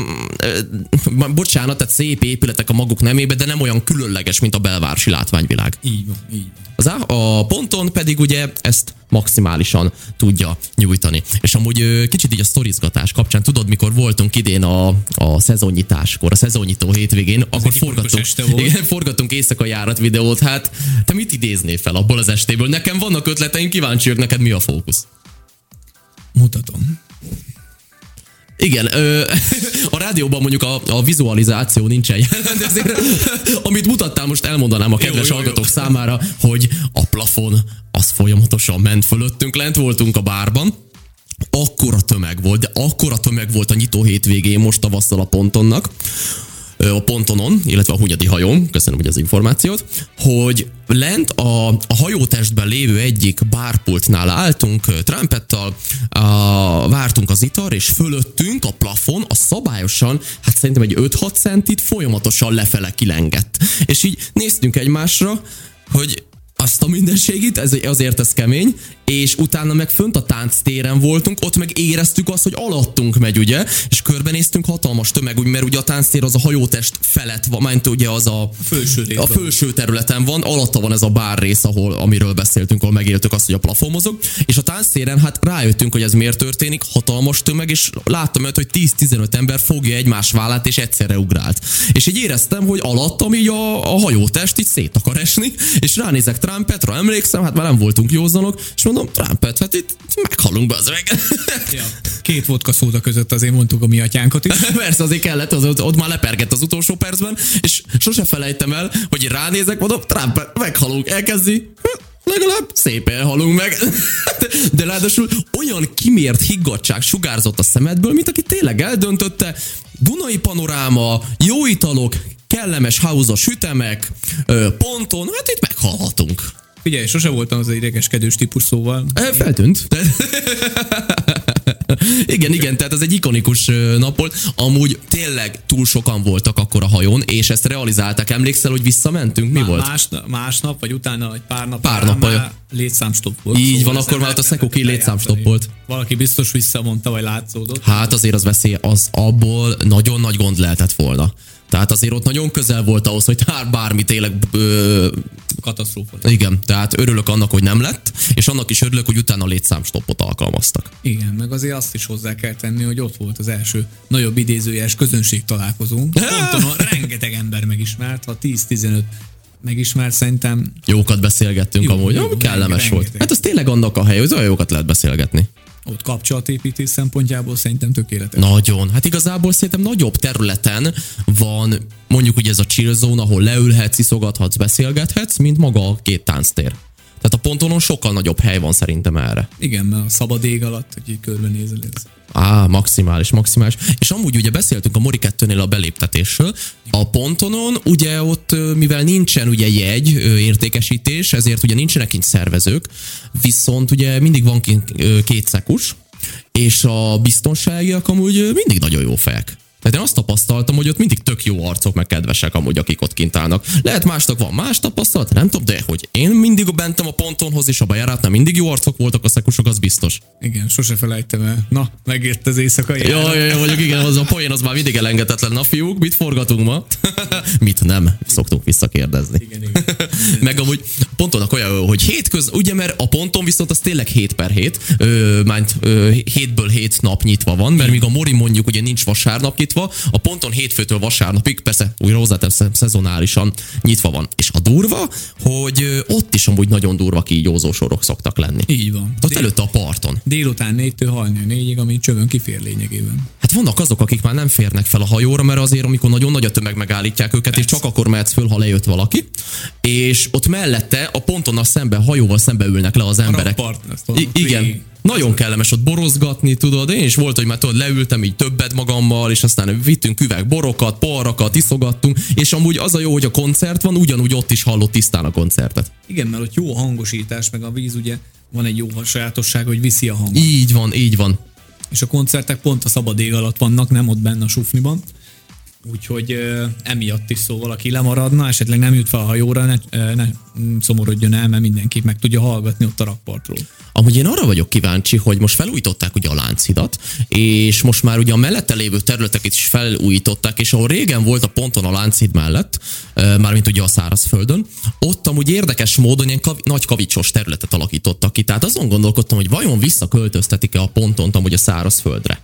eh, bocsánat, tehát szép épületek a maguk nemébe, de nem olyan különleges, mint a belvárosi látványvilág. Így van, így van. Az á, a Ponton pedig ugye ezt maximálisan tudja nyújtani. És amúgy eh, kicsit így a sztorizgatás kapcsán, tudod, mikor voltunk idén a, a szezonnyitáskor, a szezonnyitó hétvégén, ez akkor forgattunk, igen, forgattunk éjszakai járat videót, hát te mit idéznél fel abból az estéből? Nekem vannak ötleteim, kíváncsiak, neked mi a fókusz? Mutatom. Igen, ö, a rádióban mondjuk a, a vizualizáció nincsen jelen, de azért, amit mutattál, most elmondanám a kedves jó, jó, hallgatók jó. számára, hogy a plafon az folyamatosan ment fölöttünk, lent voltunk a bárban, akkora tömeg volt, de akkora tömeg volt a nyitó hétvégén most tavasszal a Pontonnak, a Pontonon, illetve a Hunyadi hajón, köszönöm hogy az információt, hogy lent a, a hajótestben lévő egyik bárpultnál álltunk Trumpettal, a, vártunk az itar, és fölöttünk a plafon, a szabályosan, hát szerintem egy öt-hat centit folyamatosan lefele kilengett. És így néztünk egymásra, hogy azt a mindenségit, ez, azért ez kemény, és utána meg fönt a tánctéren voltunk, ott meg éreztük azt, hogy alattunk megy, ugye, és körbenéztünk, hatalmas tömeg, mert ugye a tánctér az a hajótest felett van, mert ugye az a fölső, a fölső területen van, alatta van ez a bár rész, ahol, amiről beszéltünk, ahol megéltük azt, hogy a plafon mozog, és a tánctéren hát rájöttünk, hogy ez miért történik, hatalmas tömeg, és láttam őt, hogy tíz-tizenöt ember fogja egymás vállát, és egyszerre ugrált. És így éreztem, hogy alattam így a, a hajótest így szét akar esni, és ránézek Trumpetra, emlékszem, hát már nem voltunk józanok, és mondom, Trumpet, hát itt meghalunk be az meg. Ja. Két vodka szóda között azért mondtuk a mi atyánkat is. Persze, azért kellett, az, ott, ott már lepergett az utolsó percben, és sose felejtem el, hogy én ránézek, mondom, Trumpet, meghalunk, elkezdi, legalább szépen halunk meg. De ráadásul olyan kimért higgadtság sugárzott a szemedből, mint aki tényleg eldöntötte, Dunai panoráma, jó italok, kellemes house-os sütemek, ponton, hát itt meghalhatunk. Figyelj, sose voltam az idegeskedős típus, szóval. Feltűnt. Igen, igen, tehát ez egy ikonikus nap volt. Amúgy tényleg túl sokan voltak akkor a hajón, és ezt realizálták. Emlékszel, hogy visszamentünk? Mi Má, volt? Más, másnap, vagy utána egy pár nap. Pár nap már létszámstopp volt. Így szóval van, akkor már ott a Szekuki létszámstopp volt. Valaki biztos visszamondta, vagy látszódott. Hát azért az veszély, az abból nagyon nagy gond lehetett volna. Tehát azért ott nagyon közel volt ahhoz, hogy hát bármi tényleg... Ö... katasztrófa. Igen, tehát örülök annak, hogy nem lett, és annak is örülök, hogy utána létszámstoppot alkalmaztak. Igen, meg azért azt is hozzá kell tenni, hogy ott volt az első nagyobb idézőjeles közönség találkozónk. Ponton rengeteg ember megismert, ha tíz-tizenöt megismert, szerintem... Jókat beszélgettünk jó, amúgy, jó, kellemes rengeteg. Volt. Hát az tényleg annak a hely, hogy olyan jókat lehet beszélgetni. Ott kapcsolatépítés szempontjából szerintem tökéletes. Nagyon. Hát igazából szerintem nagyobb területen van mondjuk ugye ez a chill zone, ahol leülhetsz, iszogathatsz, beszélgethetsz, mint maga a két tánctér. Tehát a pontonon sokkal nagyobb hely van szerintem erre. Igen, mert a szabad ég alatt, hogy így körbenézel ez. Á, maximális, maximális. És amúgy ugye beszéltünk a Mori kettőnél a beléptetésről. A pontonon ugye ott, mivel nincsen ugye jegy, értékesítés, ezért ugye nincsenek kint szervezők, viszont ugye mindig van kint két szekus, és a biztonságiak amúgy mindig nagyon jó fejek. Tehát én azt tapasztaltam, hogy ott mindig tök jó arcok, meg kedvesek amúgy, akik ott kint állnak. Lehet másnak van más tapasztalat, nem tudom, de hogy én mindig bentem a pontonhoz, és a bejárátnál mindig jó arcok voltak a szekusok, az biztos. Igen, sose felejtem el. Na, megért az éjszakai. Jó, jó, jó, mondjuk igen, az a poén az már mindig elengedhetetlen. Na fiúk, mit forgatunk ma? Mit nem? Szoktunk visszakérdezni. Igen, igen. Meg amúgy pontonak olyan jó, hogy hétköz, ugye, mert a ponton viszont az tényleg hét per hét, ö, mányt ö, hétből hét nap nyitva van, mert míg a Mori mondjuk ugye nincs vasárnap nyitva, a ponton hétfőtől vasárnapig, persze újra hozzáteszem, szezonálisan nyitva van. És a durva, hogy ott is amúgy nagyon durva kígyózó sorok szoktak lenni. Így van. Ott Dél- előtte a parton. Délután négytől hajnal négyig, ami csövön kifér lényegében. Hát vannak azok, akik már nem férnek fel a hajóra, mert azért, amikor nagyon nagy a tömeg, megállítják őket, persze. És csak akkor mehetsz föl, ha lejött valaki. És ott mellette, a ponton a szemben, hajóval szembe ülnek le az emberek. A I- igen. Nagyon kellemes ott borozgatni, tudod, én is volt, hogy már tudod, leültem így többet magammal, és aztán vittünk üveg borokat, porrakat, iszogattunk, és amúgy az a jó, hogy a koncert van, ugyanúgy ott is hallott tisztán a koncertet. Igen, mert ott jó a hangosítás, meg a víz ugye van egy jó sajátosság, hogy viszi a hangot. Így van, így van. És a koncertek pont a szabad ég alatt vannak, nem ott benne a sufniban. Úgyhogy uh, emiatt is szó valaki lemaradna, esetleg nem jut fel a hajóra, ne, uh, ne szomorodjon el, mert mindenki meg tudja hallgatni ott a rakpartról. Amúgy én arra vagyok kíváncsi, hogy most felújították ugye a Lánchidat, és most már ugye a mellette lévő területeket is felújították, és ahol régen volt a ponton a Lánchíd mellett, uh, mármint ugye a szárazföldön, ott amúgy érdekes módon ilyen kav- nagy kavicsos területet alakítottak ki. Tehát azon gondolkodtam, hogy vajon visszaköltöztetik-e a pontont amúgy a szárazföldre.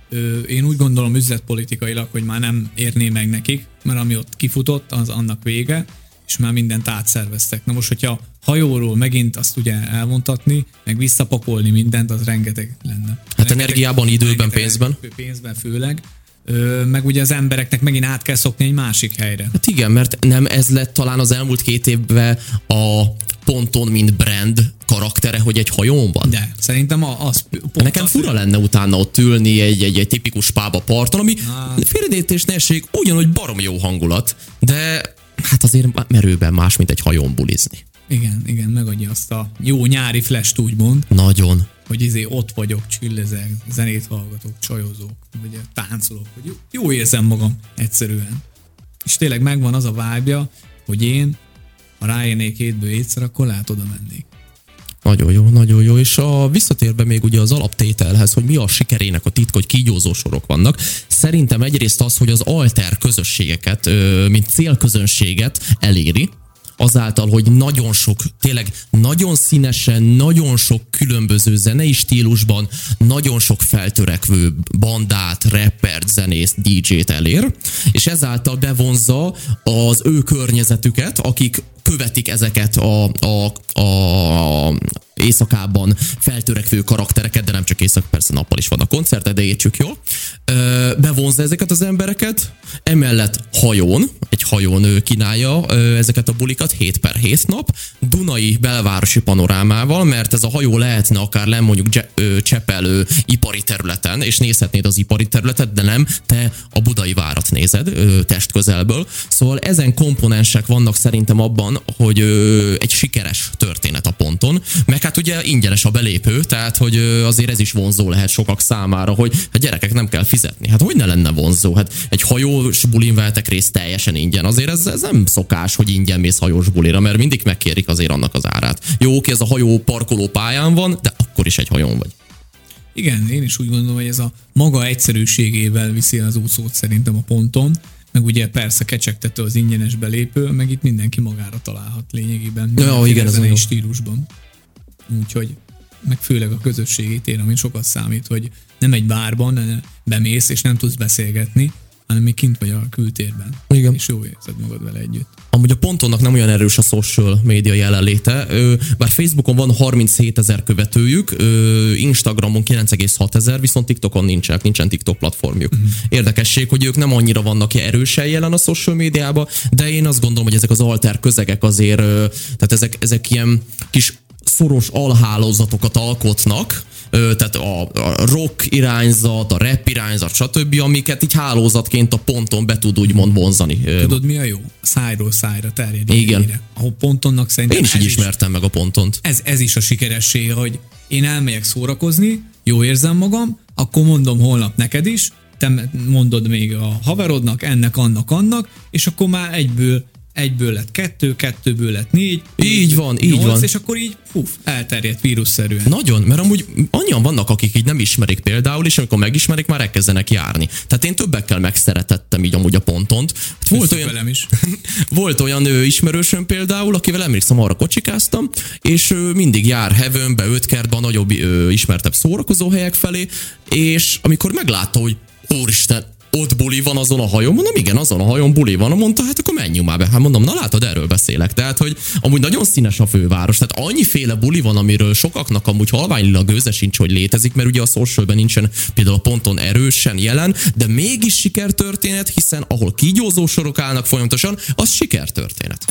Én úgy gondolom üzletpolitikailag, hogy már nem érné meg nekik, mert ami ott kifutott, az annak vége, és már mindent átszerveztek. Na most, hogyha hajóról megint azt ugye elvontatni, meg visszapakolni mindent, az rengeteg lenne. Hát rengeteg, energiában, időben, pénzben. Pénzben főleg. Ö, meg ugye az embereknek megint át kell szokni egy másik helyre. Hát igen, mert nem ez lett talán az elmúlt két évben a ponton, mint brand karaktere, hogy egy hajón van? De, szerintem az... Nekem az, fura lenne utána ott ülni egy, egy, egy tipikus pába parton, ami félredétés ne essék, ugyanúgy barom jó hangulat, de hát azért merőben más, mint egy hajón bulizni. Igen, igen, megadja azt a jó nyári flash-t úgymond. Nagyon. Hogy izé ott vagyok, csillezek, zenét hallgatok, csajozok, vagy táncolok, hogy jó, jó érzem magam egyszerűen. És tényleg megvan az a vibe-ja, hogy én, ha ráérnék hétből hétszer, akkor lehet oda mennék. Nagyon jó, nagyon jó, és a visszatérve még ugye az alaptételhez, hogy mi a sikerének a titka, hogy kígyózó sorok vannak. Szerintem egyrészt az, hogy az alter közösségeket, mint célközönséget eléri, azáltal, hogy nagyon sok, tényleg nagyon színesen, nagyon sok különböző zenei stílusban, nagyon sok feltörekvő bandát, rappert, zenészt, dé dzsét elér, és ezáltal bevonzza az ő környezetüket, akik követik ezeket a, a, a éjszakában feltörekvő karaktereket, de nem csak éjszak, persze nappal is vannak koncertek, de értsük jól. Bevonzza ezeket az embereket, emellett hajón, egy hajón kínálja ezeket a bulikat hét per hét nap, Dunai belvárosi panorámával, mert ez a hajó lehetne akár len mondjuk Csepel ipari területen, és nézhetnéd az ipari területet, de nem, te a budai várat nézed testközelből. Szóval ezen komponensek vannak szerintem abban, hogy egy sikeres történet a ponton, meg hát ugye ingyenes a belépő, tehát hogy azért ez is vonzó lehet sokak számára, hogy hát gyerekek, nem kell fizetni. Hát hogy ne lenne vonzó? Hát egy hajós bulin vehetek részt teljesen ingyen. Azért ez, ez nem szokás, hogy ingyen mész hajós bulira, mert mindig megkérik azért annak az árát. Jó, oké, ez a hajó parkoló pályán van, de akkor is egy hajón vagy. Igen, én is úgy gondolom, hogy ez a maga egyszerűségével viszi az úszót szerintem a ponton, meg ugye persze kecsegtető az ingyenes belépő, meg itt mindenki magára találhat lényegében. Ja, igen, ez a stílusban. Úgyhogy, meg főleg a közösségi tér, ami sokat számít, hogy nem egy bárban bemész és nem tudsz beszélgetni, hanem még kint vagy a kültérben. Igen. És jó érzed magad vele együtt. Amúgy a pontonnak nem olyan erős a social média jelenléte, bár Facebookon van harminchét ezer követőjük, Instagramon kilenc egész hat ezer, viszont TikTokon nincsen, nincsen TikTok platformjuk. Uh-huh. Érdekesség, hogy ők nem annyira vannak erősen jelen a social médiában, de én azt gondolom, hogy ezek az alter közegek azért, tehát ezek, ezek ilyen kis szoros alhálózatokat alkotnak, tehát a rock irányzat, a rap irányzat, stb., amiket így hálózatként a ponton be tud úgymond vonzani. Tudod, mi a jó? Szájról szájra terjed. Igen. Ahol pontonnak szerintem... Én is így ismertem meg a pontont. Ez, ez is a sikeressége, hogy én elmegyek szórakozni, jó érzem magam, akkor mondom holnap neked is, te mondod még a haverodnak, ennek, annak, annak, és akkor már egyből egyből lett kettő, kettőből lett négy. Így van, így nyolc, van. És akkor így puf, elterjedt vírusszerűen. Nagyon, mert amúgy annyian vannak, akik így nem ismerik például, és amikor megismerik, már elkezdenek járni. Tehát én többekkel megszeretettem így amúgy a pontont. Volt olyan, is. volt olyan ő, ismerősöm például, akivel emlékszem, arra kocsikáztam, és ő mindig jár Heavenbe, Ötkertbe, a nagyobb, ő, ismertebb szórakozóhelyek felé, és amikor meglátta, hogy úristen, ott buli van azon a hajón, mondom, igen, azon a hajón buli van, mondta, hát akkor menjünk már be. Hát mondom, na látod, erről beszélek. Tehát, hogy amúgy nagyon színes a főváros, tehát annyiféle buli van, amiről sokaknak amúgy halványilag gőze sincs, hogy létezik, mert ugye a socialben nincsen például a ponton erősen jelen, de mégis sikertörténet, hiszen ahol kígyózó sorok állnak folyamatosan, az sikertörténet.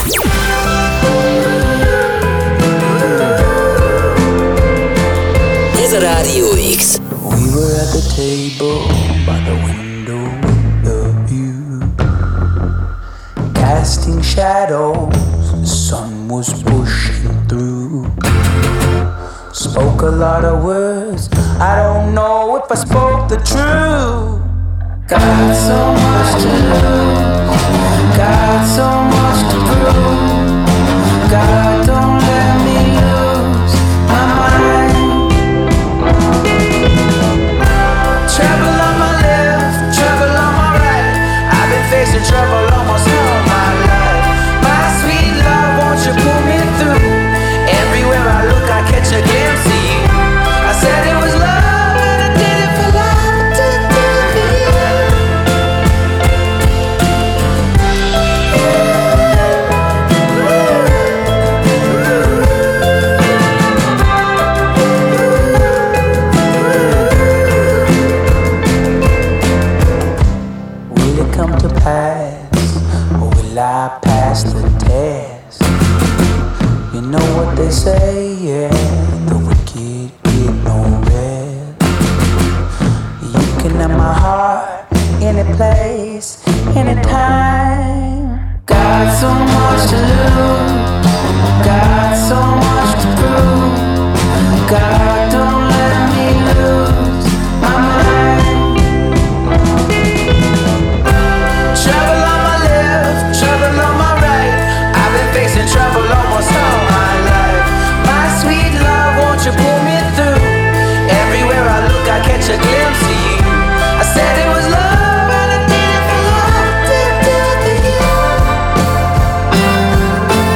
Ez a Rádió X. We were at the table by the window with the view, casting shadows, the sun was pushing through. Spoke a lot of words, I don't know if I spoke the truth. Got so much to lose, got so much to prove. God, don't let me lose my mind. Trouble on my left, trouble on my right. I've been facing trouble almost all my life. My sweet love, won't you pull me through? Everywhere I look, I catch a glimpse of you. I said it was love, and I did it for love, I did it for you. Will it come to pass, or will I pass the test? You know what they say, yeah, the wicked get no rest. You can have my heart, any place, anytime. Got so much to lose, got so much to prove. God, don't let me lose my mind. Trouble on my left, trouble on my right. I've been facing trouble almost all my life. My sweet love, won't you pull me through? Everywhere I look, I catch a glimpse of you. I said it was love, and I did it for love, did it for you.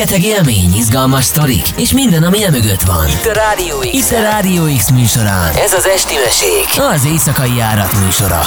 Rengeteg élmény, izgalmas sztorik, és minden, ami emögött van. Itt a Rádió X. Itt a Rádió X műsorán. Ez az Esti Mesék, az éjszakai járat műsora.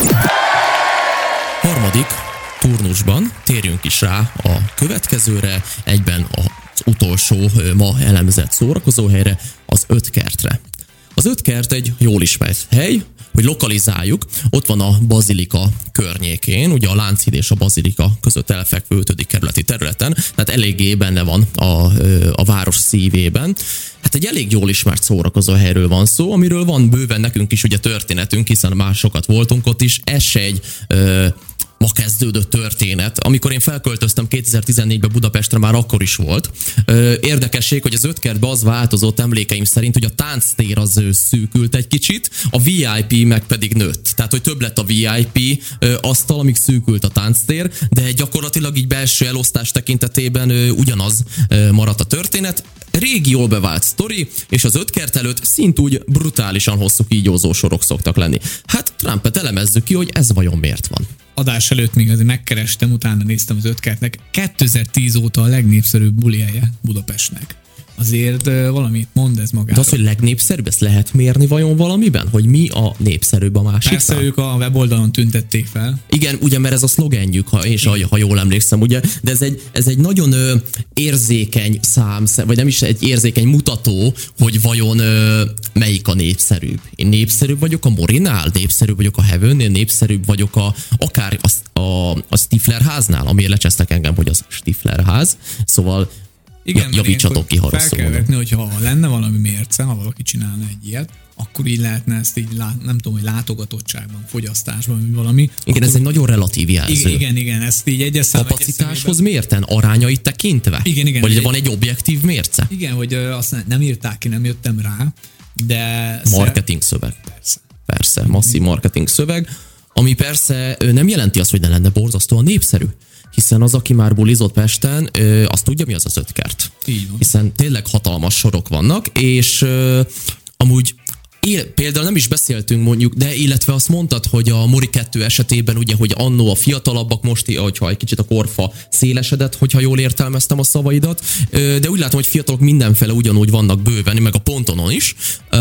Harmadik turnusban térjünk is rá a következőre, egyben az utolsó ma elemzett szórakozóhelyre, az Öt kertre. Az Öt kert egy jól ismert hely, hogy lokalizáljuk, ott van a Bazilika környékén, ugye a Lánchíd és a Bazilika között elfekvő ötödik kerületi területen, tehát eléggé benne van a, a város szívében. Hát egy elég jól ismert szórakozóhelyről van szó, amiről van bőven nekünk is ugye történetünk, hiszen már sokat voltunk ott is. Ez se egy ö, ma kezdődött történet. Amikor én felköltöztem kétezer-tizennégyben Budapestre, már akkor is volt. Érdekesség, hogy az Öt kertben az változott emlékeim szerint, hogy a tánctér az szűkült egy kicsit, a vé i pé meg pedig nőtt. Tehát, hogy több lett a vé i pé asztal, amíg szűkült a tánctér, de gyakorlatilag így belső elosztás tekintetében ugyanaz maradt a történet. Régi, jól bevált sztori, és az Öt kert előtt szintúgy brutálisan hosszú kígyózó sorok szoktak lenni. Hát Trumpet elemezzük ki, hogy ez vajon miért van. Adás előtt még azért megkerestem, utána néztem az Öt kertnek. kétezer-tíz óta a legnépszerűbb buli helye Budapestnek. Azért uh, valamit mond ez magáról. De az, hogy legnépszerűbb, ezt lehet mérni vajon valamiben? Hogy mi a népszerűbb a másik? Persze, ők a weboldalon tüntették fel. Igen, ugye, mert ez a szlogenjük, ha, és ha, ha jól emlékszem, ugye, de ez egy, ez egy nagyon ö, érzékeny szám, vagy nem is egy érzékeny mutató, hogy vajon ö, melyik a népszerűbb. Én népszerűbb vagyok a Morinál, népszerűbb vagyok a Heavennél, népszerűbb vagyok a, akár a, a, a Stifler háznál, amiért lecsesztek engem, hogy az Stifler ház. Szóval igen, javítsatok ki, ha rosszul fel kell vetni, hogyha lenne valami mérce, ha valaki csinálna egy ilyet, akkor így lehetne ezt így, lát, nem tudom, hogy látogatottságban, fogyasztásban, valami. Igen, akkor, ez egy nagyon relatív jelző. Igen, igen, igen, ezt így egyes szám. Kapacitáshoz mérten, arányait tekintve? Igen, igen. Vagy egy, van egy objektív mérce? Igen, hogy azt nem írták ki, nem jöttem rá, de... Marketing szöveg. Persze. Persze, masszív marketing szöveg, ami persze nem jelenti azt, hogy ne lenne borzasztóan népszerű. Hiszen az, aki már bulizott Pesten, azt tudja, mi az az Öt kert. Így van. Hiszen tényleg hatalmas sorok vannak, és ö, amúgy él, például nem is beszéltünk mondjuk, de illetve azt mondtad, hogy a Mori kettő esetében ugye, hogy annó a fiatalabbak, most, hogyha egy kicsit a korfa szélesedett, hogyha jól értelmeztem a szavaidat, de úgy látom, hogy fiatalok mindenfele ugyanúgy vannak bőven, meg a pontonon is.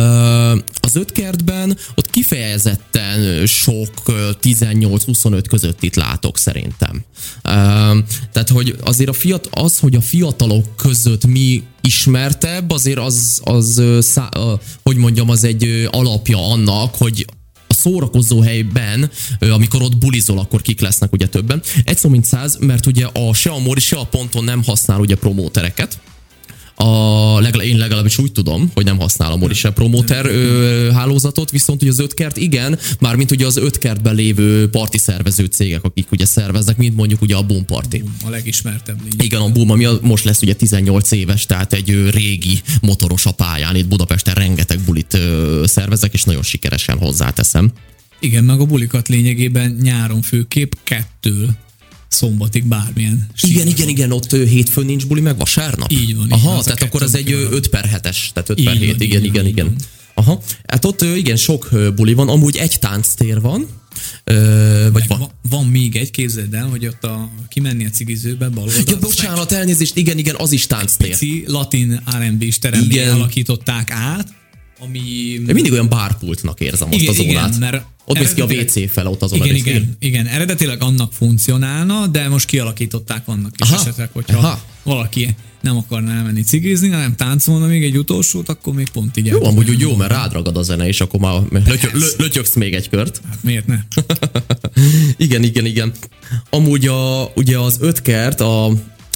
Az Öt kertben ott kifejezetten sok tizennyolc-huszonöt között itt látok szerintem. Tehát, hogy azért a fiat, az, hogy a fiatalok között mi ismertebb, azért az, az szá, hogy mondjam, az egy alapja annak, hogy a szórakozó helyben, amikor ott bulizol, akkor kik lesznek ugye többen. Egy szó mint száz, mert ugye a, se a Mori, se a Ponton nem használ ugye promótereket. A, legalább, én legalábbis úgy tudom, hogy nem használ a Mori se promóter ö, hálózatot, viszont ugye az Öt kert igen, mármint ugye az Öt kertben lévő parti szervező cégek, akik ugye szerveznek, mint mondjuk ugye a Boom Party. A legismertebb légy. Igen, a Boom, ami most lesz ugye tizennyolc éves, tehát egy ö, régi motoros a pályán, itt Budapesten rengeteg bulit ö, szervezek, és nagyon sikeresen hozzáteszem. Igen, meg a bulikat lényegében nyáron főképp kettől szombatig bármilyen. Igen, igen, igen, ott hétfőn nincs buli, meg vasárnap. Így van. Aha, tehát akkor az egy öt per hetes, tehát öt per hét, igen, igen, igen. Aha, hát ott igen, sok buli van, amúgy egy tánctér van, Ö, vagy van. van. Van még egy, képzeld el, hogy ott a kimenni a cigizőbe bal oldalt. Ja, bocsánat, elnézést, igen, igen, az is tánctér. Pici latin er and bé-s teremben alakították át, ami... Én mindig olyan bárpultnak érzem azt igen, a zónát. Igen, mert ott néz ki a vé cé fel, ott azon igen, a igen, igen, eredetileg annak funkcionálna, de most kialakították vannak is esetek, hogyha aha. valaki nem akarna elmenni cigizni, hanem táncolna még egy utolsót, akkor még pont így. Jó, amúgy úgy jó, mert rád ragad a zene, és akkor már lötyö, lö, lötyögsz még egy kört. Hát miért ne? igen, igen, igen. Amúgy a, ugye az Öt kert a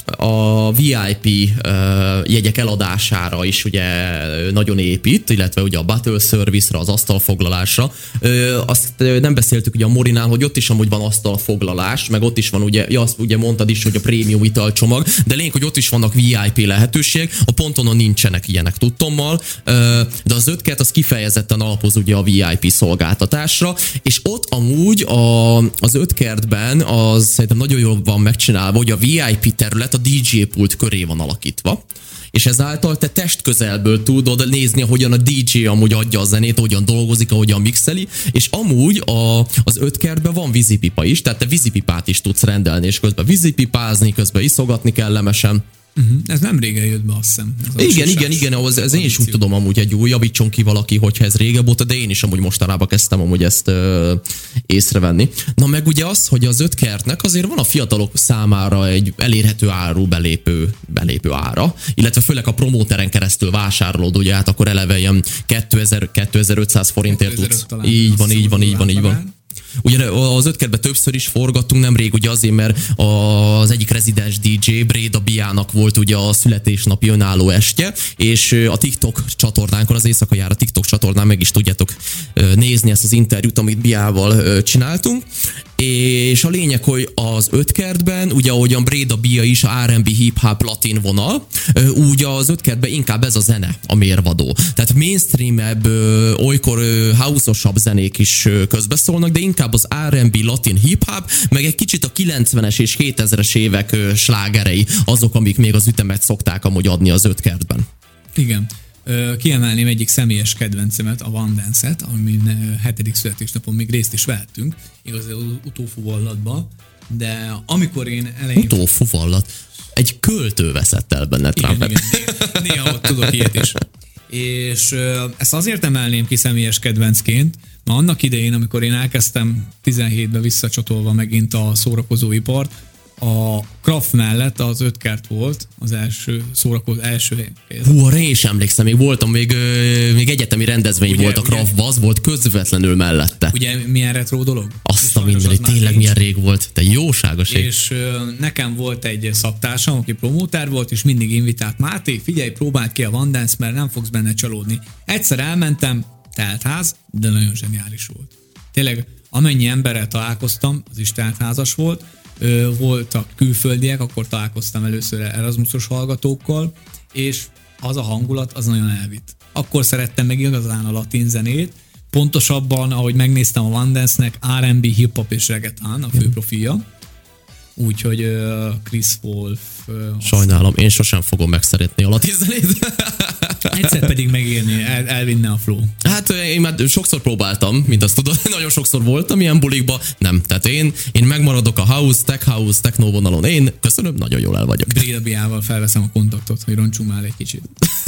a vé i pé uh, jegyek eladására is ugye nagyon épít, illetve ugye a battle service-ra, az asztalfoglalásra. Uh, azt uh, nem beszéltük ugye a Morinál, hogy ott is amúgy van asztalfoglalás, meg ott is van ugye, ja, azt ugye mondtad is, hogy a prémium italcsomag, de lényeg, hogy ott is vannak vé i pé lehetőség, a Pontonon nincsenek ilyenek tudtommal, uh, de az Öt kert az kifejezetten alapoz ugye a vé i pé szolgáltatásra, és ott amúgy a, az Öt kertben az szerintem nagyon jól van megcsinálva, hogy a vé i pé terület a dé dzsé pult köré van alakítva, és ezáltal te testközelből tudod nézni, hogyan a dé dzsé amúgy adja a zenét, hogyan dolgozik, hogyan mixeli, és amúgy a, az Öt kertben van vízipipa is, tehát te vízipipát is tudsz rendelni, és közben vízipipázni, közben iszogatni kellemesen. Uh-huh. Ez nem régen jött be, azt hiszem. Igen, igen, igen, az, ez én is úgy tudom amúgy, egy új, javítson ki valaki, hogyha ez régebb óta, de én is amúgy mostanában kezdtem amúgy ezt ö, észrevenni. Na meg ugye az, hogy az öt kertnek azért van a fiatalok számára egy elérhető áru belépő, belépő ára, illetve főleg a promóteren keresztül vásárolod, ugye hát akkor eleve ilyen kétezer-kétezer-ötszáz forintért tudsz. Így van, így van, így van, így van. Ugye az öt kertben többször is forgattunk nemrég, ugye azért, mert az egyik rezidens dé dzsé, Bréda Biának volt ugye a születésnapi önálló estje, és a TikTok csatornánkon, az Éjszaka Jár a TikTok csatornán meg is tudjátok nézni ezt az interjút, amit Biával csináltunk. És a lényeg, hogy az öt kertben, ugye ahogyan Bréda Bia is er end bé, hip-hop, latin vonal, úgy az öt kertben inkább ez a zene a mérvadó. Tehát mainstream-ebb, olykor house-osabb zenék is közbeszólnak, de inkább az er end bé, latin, hip-hop, meg egy kicsit a kilencvenes és kétezres évek slágerei, azok, amik még az ütemet szokták amúgy adni az öt kertben. Igen. Kiemelném egyik személyes kedvencemet, a One Dance-et, amin hetedik születésnapon még részt is vettünk, igaz, utófuvallatba, de amikor én elején... Utófuvallat? Egy költő veszett el benne Trumpet. Igen, igen, néha, néha ott tudok ilyet is. És ezt azért emelném ki személyes kedvencként, mert annak idején, amikor én elkezdtem tizenhétben visszacsatolva megint a szórakozóipart, a Kraft mellett az öt kert volt az első szórakozó, első hely. Hú, arra én is emlékszem, még voltam, még, még egyetemi rendezvény ugye, volt a Kraftban, az volt közvetlenül mellette. Ugye milyen retro dolog? Azt a mindenit, tényleg milyen rég volt, te jóságos ég. És nekem volt egy szaktársam, aki promóter volt, és mindig invitált: Máté, figyelj, próbáld ki a One Dance, mert nem fogsz benne csalódni. Egyszer elmentem, teltház, de nagyon zseniális volt. Tényleg, amennyi emberrel találkoztam, az is teltházas volt, voltak külföldiek, akkor találkoztam először Erasmusos hallgatókkal, és az a hangulat, az nagyon elvitt. Akkor szerettem meg igazán a latin zenét, pontosabban, ahogy megnéztem a One Dance-nek, er end bé, hip-hop és reggaeton a fő profilja. Úgyhogy uh, Chris Wolf... Uh, Sajnálom, én sosem fogom megszeretni a latin zenét. Egyszer pedig megélni, el, elvinne a flow. Hát én már sokszor próbáltam, mint azt tudod, nagyon sokszor voltam ilyen bulikba. Nem, tehát én, én megmaradok a house, tech house, techno vonalon. Én köszönöm, nagyon jól el vagyok. Bréda Biával felveszem a kontaktot, hogy roncsunk már egy kicsit.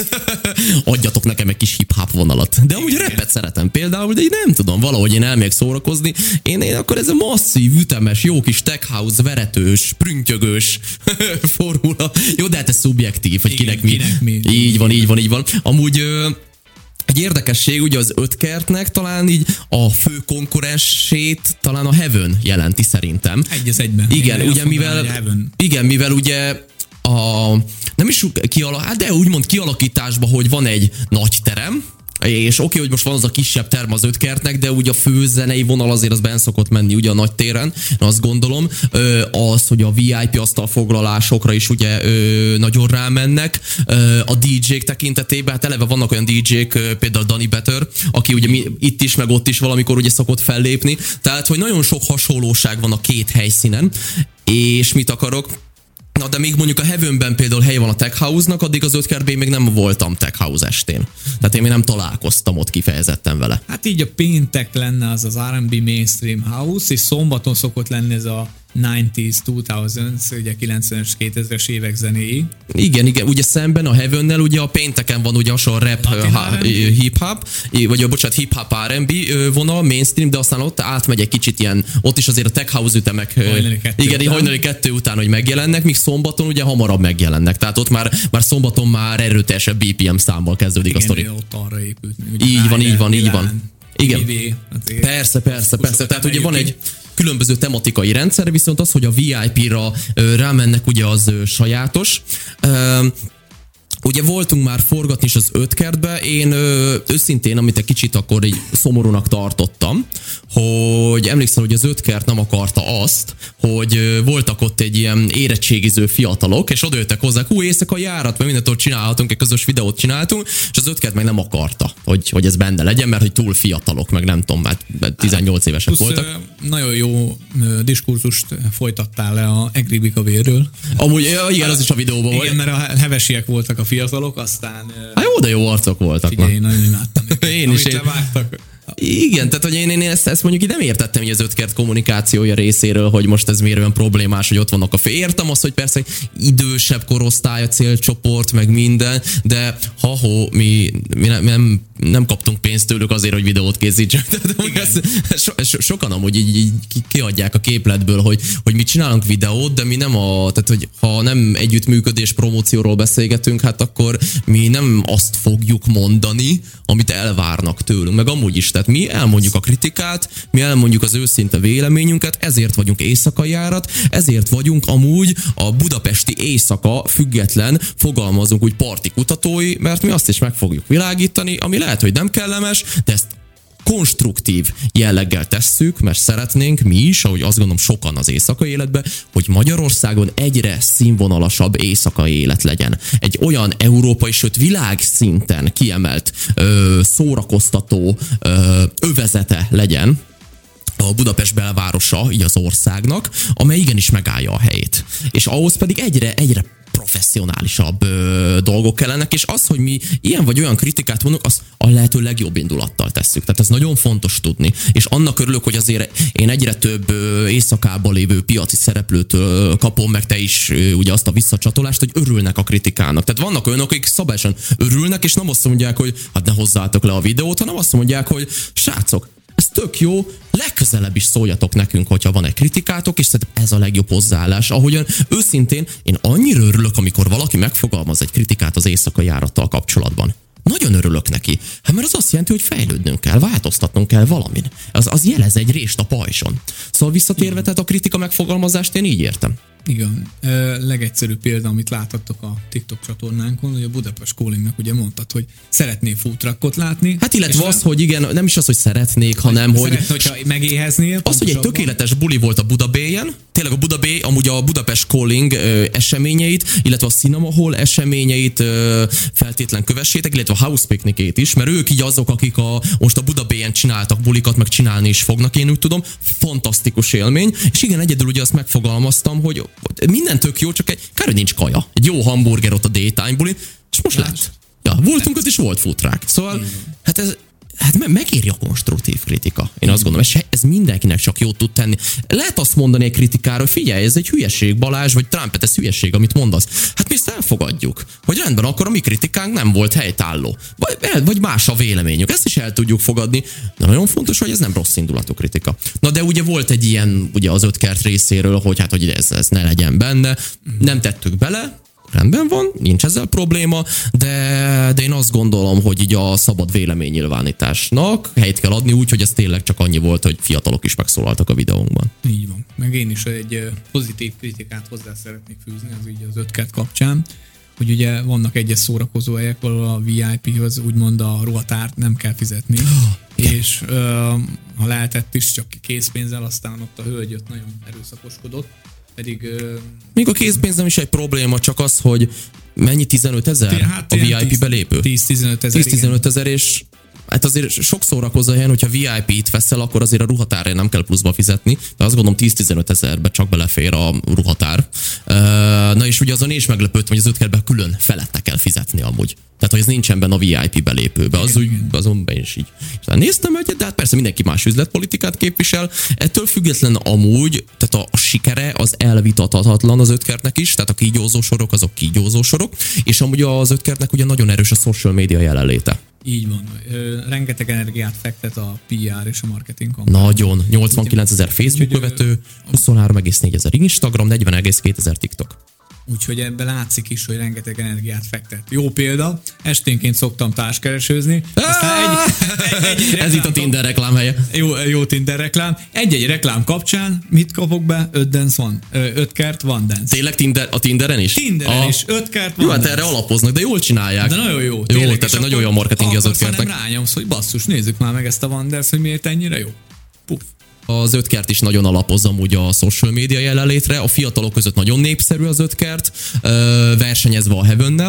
Adjatok nekem egy kis hip-hop vonalat. De amúgy rappet szeretem például, de én nem tudom, valahogy én elmegyek szórakozni. Én, én akkor ez a masszív, ütemes, jó kis tech house, veretős, prüntjögös formula. Jó, de hát ez szubjektív, hogy kinek mi. Kinek mi. Így van, így van, így van. Amúgy ö, egy érdekesség, ugye az öt kertnek talán így a fő konkurensét talán a Heaven jelenti szerintem. Egy az egyben. Igen, ugye mivel, igen, mivel ugye a, nem is kialak, de úgymond kialakításban, hogy van egy nagy terem, és oké, okay, hogy most van az a kisebb term az öt kertnek, de ugye a fő zenei vonal azért az benn szokott menni ugye a nagy téren, azt gondolom. Az, hogy a vé i pé asztalfoglalásokra is ugye nagyon rámennek. A dé dzsék tekintetében, hát eleve vannak olyan dé dzsék, például Danny Better, aki ugye mi, itt is, meg ott is valamikor ugye szokott fellépni. Tehát, hogy nagyon sok hasonlóság van a két helyszínen, és mit akarok? Na, de még mondjuk a Heavenben például hely van a Tech House-nak, addig az öt kertben még nem voltam Tech House estén. Tehát én még nem találkoztam ott kifejezetten vele. Hát így a péntek lenne az az er end bé Mainstream House, és szombaton szokott lenni ez a kilencvenes, kétezres, ugye kilencvenes, kétezres évek zenéi. Igen, igen, ugye szemben a Heavennel ugye a pénteken van ugye a rap, hip-hop, vagy bocsánat, hip-hop er end bé vonal, mainstream, de aztán ott átmegy egy kicsit ilyen, ott is azért a tech house ütemek, igen, hajnali kettő után, hogy megjelennek, míg szombaton ugye hamarabb megjelennek. Tehát ott már, már szombaton már erőteljesebb bé pé em számmal kezdődik igen, a sztori. Igen, ott arra épült. Így van, így van, így van. Igen. Persze, persze, persze. Tehát ugye van egy különböző tematikai rendszer, viszont az, hogy a vé i pé-ra rámennek, ugye az sajátos. Ugye voltunk már forgatni is az öt kertbe, én ö, őszintén, amit egy kicsit akkor így szomorúnak tartottam, hogy emlékszem, hogy az öt kert nem akarta azt, hogy ö, voltak ott egy ilyen érettségiző fiatalok, és odajöttek hozzá, hú, éjszakai járat, mert mindentől csinálhatunk, egy közös videót csináltunk, és az öt kert meg nem akarta, hogy, hogy ez benne legyen, mert hogy túl fiatalok, meg nem tudom, mert tizennyolc évesek plusz, voltak. Nagyon jó diskurzust folytattál le a Egri Bikavéről. Amúgy, ja, igen, az is a videóban volt. Igen, mert a hevesiek voltak a fiatalok, aztán... Hát jó, de jó arcok voltak. Figyelj, én nagyon imádtam őket. Én is. Én... Levágtak, Igen, tehát hogy én, én ezt, ezt mondjuk így nem értettem így az ötkert kommunikációja részéről, hogy most ez miért olyan problémás, hogy ott vannak a fél. Értem azt, hogy persze idősebb korosztály a célcsoport, meg minden, de ha-ho, mi, mi nem, nem, nem kaptunk pénzt tőlük azért, hogy videót készítsünk. Tehát ezt, so, so, sokan amúgy így, így kiadják a képletből, hogy, hogy mi csinálunk videót, de mi nem a, tehát hogy ha nem együttműködés promócióról beszélgetünk, hát akkor mi nem azt fogjuk mondani, amit elvárnak tőlünk, meg amúgy is. Tehát mi elmondjuk a kritikát, mi elmondjuk az őszinte véleményünket, ezért vagyunk éjszakai járat, ezért vagyunk amúgy a budapesti éjszaka független, fogalmazunk úgy parti kutatói, mert mi azt is meg fogjuk világítani, ami lehet, hogy nem kellemes, de ezt konstruktív jelleggel tesszük, mert szeretnénk mi is, ahogy azt gondolom sokan az éjszakai életben, hogy Magyarországon egyre színvonalasabb éjszakai élet legyen. Egy olyan európai, sőt világszinten kiemelt ö, szórakoztató ö, övezete legyen a Budapest belvárosa, így az országnak, amely igenis megállja a helyét. És ahhoz pedig egyre, egyre professzionálisabb ö, dolgok kellenek, és az, hogy mi ilyen vagy olyan kritikát mondunk, azt a lehető legjobb indulattal tesszük. Tehát ez nagyon fontos tudni. És annak örülök, hogy azért én egyre több ö, éjszakában lévő piaci szereplőt ö, kapom, meg te is ö, ugye azt a visszacsatolást, hogy örülnek a kritikának. Tehát vannak olyanok, akik szabályosan örülnek, és nem azt mondják, hogy hát ne hozzátok le a videót, hanem azt mondják, hogy srácok, ez tök jó, legközelebb is szóljatok nekünk, hogyha van egy kritikátok, és szerintem ez a legjobb hozzáállás. Ahogyan őszintén én annyira örülök, amikor valaki megfogalmaz egy kritikát az éjszakai járattal kapcsolatban. Nagyon örülök neki. Hát mert az azt jelenti, hogy fejlődnünk kell, változtatnunk kell valamin. Az, az jelez egy rést a pajzson. Szóval visszatérve, tehát a kritika megfogalmazást én így értem. Igen. Ö, legegyszerűbb példa, amit láthattok a TikTok csatornánkon, hogy a Budapest Callingnak ugye mondtad, hogy szeretné foodtruckot látni. Hát illetve az, hogy igen, nem is az, hogy szeretnék, hanem hogy... Szeretné, hogyha megéheznél. Az, hogy egy tökéletes buli volt a Budabélyen, tényleg a Budabé, amúgy a Budapest Calling ö, eseményeit, illetve a Cinema Hall eseményeit ö, feltétlen kövessétek, illetve a House Picnicét is, mert ők így azok, akik a, most a Budabélyen csináltak bulikat, meg csinálni is fognak, én úgy tudom. Fantasztikus élmény. És igen, egyedül ugye azt megfogalmaztam, hogy minden tök jó, csak egy kár, hogy nincs kaja. Egy jó hamburger ott a Daytime bulin, és most lett. Ja, voltunk ott is volt futrák. Szóval, mm. hát ez hát megéri a konstruktív kritika. Én azt gondolom, ez, ez mindenkinek csak jót tud tenni. Lehet azt mondani egy kritikára, hogy figyelj, ez egy hülyeség, Balázs, vagy Trumpet, ez hülyeség, amit mondasz. Hát mi ezt elfogadjuk, hogy rendben, akkor a mi kritikánk nem volt helytálló. Vagy, vagy más a véleményük. Ezt is el tudjuk fogadni. De nagyon fontos, hogy ez nem rossz indulatú kritika. Na de ugye volt egy ilyen, ugye az ötkert részéről, hogy hát, hogy ez, ez ne legyen benne. Nem tettük bele. Rendben van, nincs ezzel probléma, de, de én azt gondolom, hogy így a szabad véleménynyilvánításnak helyt kell adni úgy, hogy ez tényleg csak annyi volt, hogy fiatalok is megszólaltak a videónkban. Így van. Meg én is egy pozitív kritikát hozzá szeretnék fűzni, az így az ötkert kapcsán, hogy ugye vannak egyes szórakozó helyek, ahol a vé i pé-höz úgymond a ruhatárt nem kell fizetni, és uh, ha lehetett is csak készpénzzel, aztán ott a hölgy ott nagyon erőszakoskodott. Pedig, uh, még a készpénzem is egy probléma, csak az, hogy mennyi tizenöt ezer hát a vé i pé belépő? tíz-tizenöt ezer. tíz-tizenöt ezer, és hát azért sok szórakozó helyen, hogyha vé i pét veszel, akkor azért a ruhatárra nem kell pluszba fizetni, de azt gondolom tíz-tizenöt ezerbe csak belefér a ruhatár. Na és ugye azon is meglepődtem, hogy az ötkertben külön felette kell fizetni amúgy. Tehát, hogy ez nincsen benne a vé i pé belépőbe, az úgy, azon be is így. Néztem egyet, de hát persze mindenki más üzletpolitikát képvisel. Ettől független amúgy, tehát a, a sikere az elvitathatatlan az ötkertnek is, tehát a kígyózó sorok azok kígyózó sorok, és amúgy az ötkertnek ugye nagyon erős a social media jelenléte. Így van. Ö, rengeteg energiát fektet a pé er és a marketing kampány. Nagyon. nyolcvankilenc ezer Facebook követő, huszonhárom egész négy ezer Instagram, negyven egész két ezer TikTok. Úgyhogy ebben látszik is, hogy rengeteg energiát fektet. Jó példa, esténként szoktam társkeresőzni. Aztán egy, egy, egy Ez itt a Tinder reklám helye. Jó, jó Tinder reklám. Egy-egy reklám kapcsán mit kapok be? Öt dance van. Öt kert van dance. Tényleg Tinder, a Tinderen is? Tinderen a... is. Öt kert van. Jó, hát erre alapoznak, de jól csinálják. De nagyon jó. Jó, tényleg, tehát nagyon jó a marketingje az ötkertnek. Akkor rányomsz, hogy basszus, nézzük már meg ezt a Wonders, hogy miért ennyire jó. Puff. Az ötkert is nagyon alapoz amúgy a social media jelenlétre. A fiatalok között nagyon népszerű az ötkert, versenyezve a Heavennel,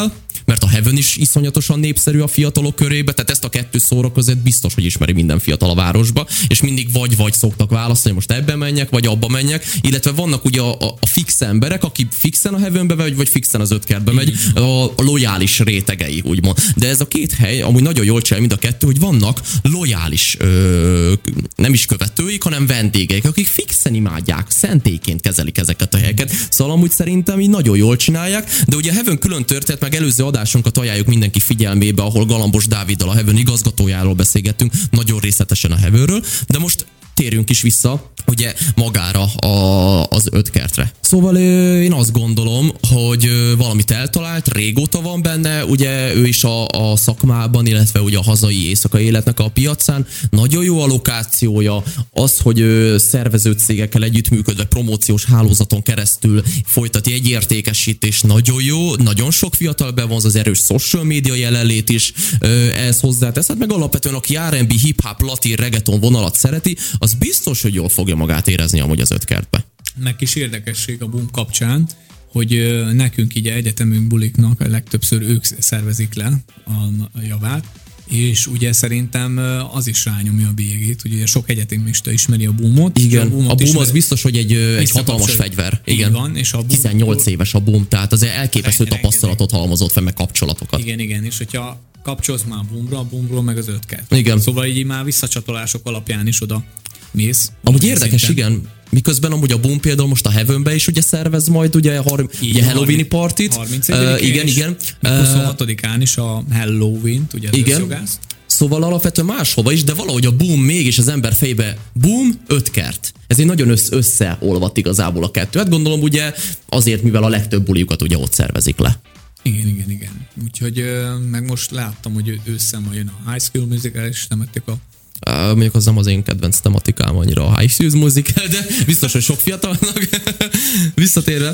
mert a Heaven is iszonyatosan népszerű a fiatalok körébe, tehát ezt a kettő szórakozót biztos, hogy ismeri minden fiatal a városba, és mindig vagy-vagy szoktak választani, most ebbe menjek, vagy abba menjek, illetve vannak ugye a, a, a fix emberek, aki fixen a Heavenbe megy, vagy fixen az ötkertbe megy, a, a lojális rétegei, úgymond. De ez a két hely amúgy nagyon jól csinálja mind a kettő, hogy vannak lojális, ö, nem is követőik, hanem vendégeik, akik fixen imádják, szentélyként kezelik ezeket a helyeket. Szóval amúgy szerintem így nagyon jól csinálják, de ugye a Heaven külön történet, meg előző adásunkat ajánljuk mindenki figyelmébe, ahol Galambos Dáviddal, a Heaven igazgatójáról beszélgettünk, nagyon részletesen a Heavenről, de most térjünk is vissza, ugye magára a, az ötkertre. Szóval én azt gondolom, hogy valamit eltalált, régóta van benne, ugye ő is a, a szakmában, illetve ugye a hazai éjszakai életnek a piacán. Nagyon jó a lokációja, az, hogy szervező cégekkel együttműködve promóciós hálózaton keresztül folytati egy értékesítés, nagyon jó, nagyon sok fiatal bevonz, az erős social media jelenlét is ehhez hozzátesz, hát meg alapvetően aki er and bé, hip-hop, latin, reggaeton vonalat szereti, az biztos, hogy jól fogja magát érezni amúgy az ötkertbe. Meg kis érdekesség a Boom kapcsán, hogy nekünk így egyetemünk buliknak legtöbbször ők szervezik le a javát, és ugye szerintem az is rányomja a bélyegét, hogy ugye sok egyetemista ismeri a Boomot. Igen, a, Boomot a Boom az biztos, hogy egy, egy hatalmas fegyver. Igen. Van, és a Boom, tizennyolc éves a Boom, tehát az elképesztő tapasztalatot halmozott fel, meg kapcsolatokat. Igen, igen, és hogyha kapcsolsz már a Boomra, a Boomról meg az ötkert. Igen. Szóval így már visszacsatolások alapján is oda mész. Amúgy érdekes, szinten. Igen. Miközben amúgy a Boom például most a Heavenbe is ugye szervez majd ugye, har- ugye Halloween-i partit. harmincadikán uh, igen, igen. huszonhatodikán is a Halloween-t, ugye az igen. összjogász. Szóval alapvetően máshova is, de valahogy a Boom mégis az ember fejbe Boom, ötkert. Ez egy nagyon össze- összeolvadt igazából a kettő. Hát gondolom ugye azért, mivel a legtöbb buliukat ugye ott szervezik le. Igen, igen, igen. Úgyhogy meg most láttam, hogy ősszel majd jön a High School Musical, és temették a Uh, mondjuk az nem az én kedvenc tematikám annyira a High School Musical, de biztos, hogy sok fiatalnak visszatérve.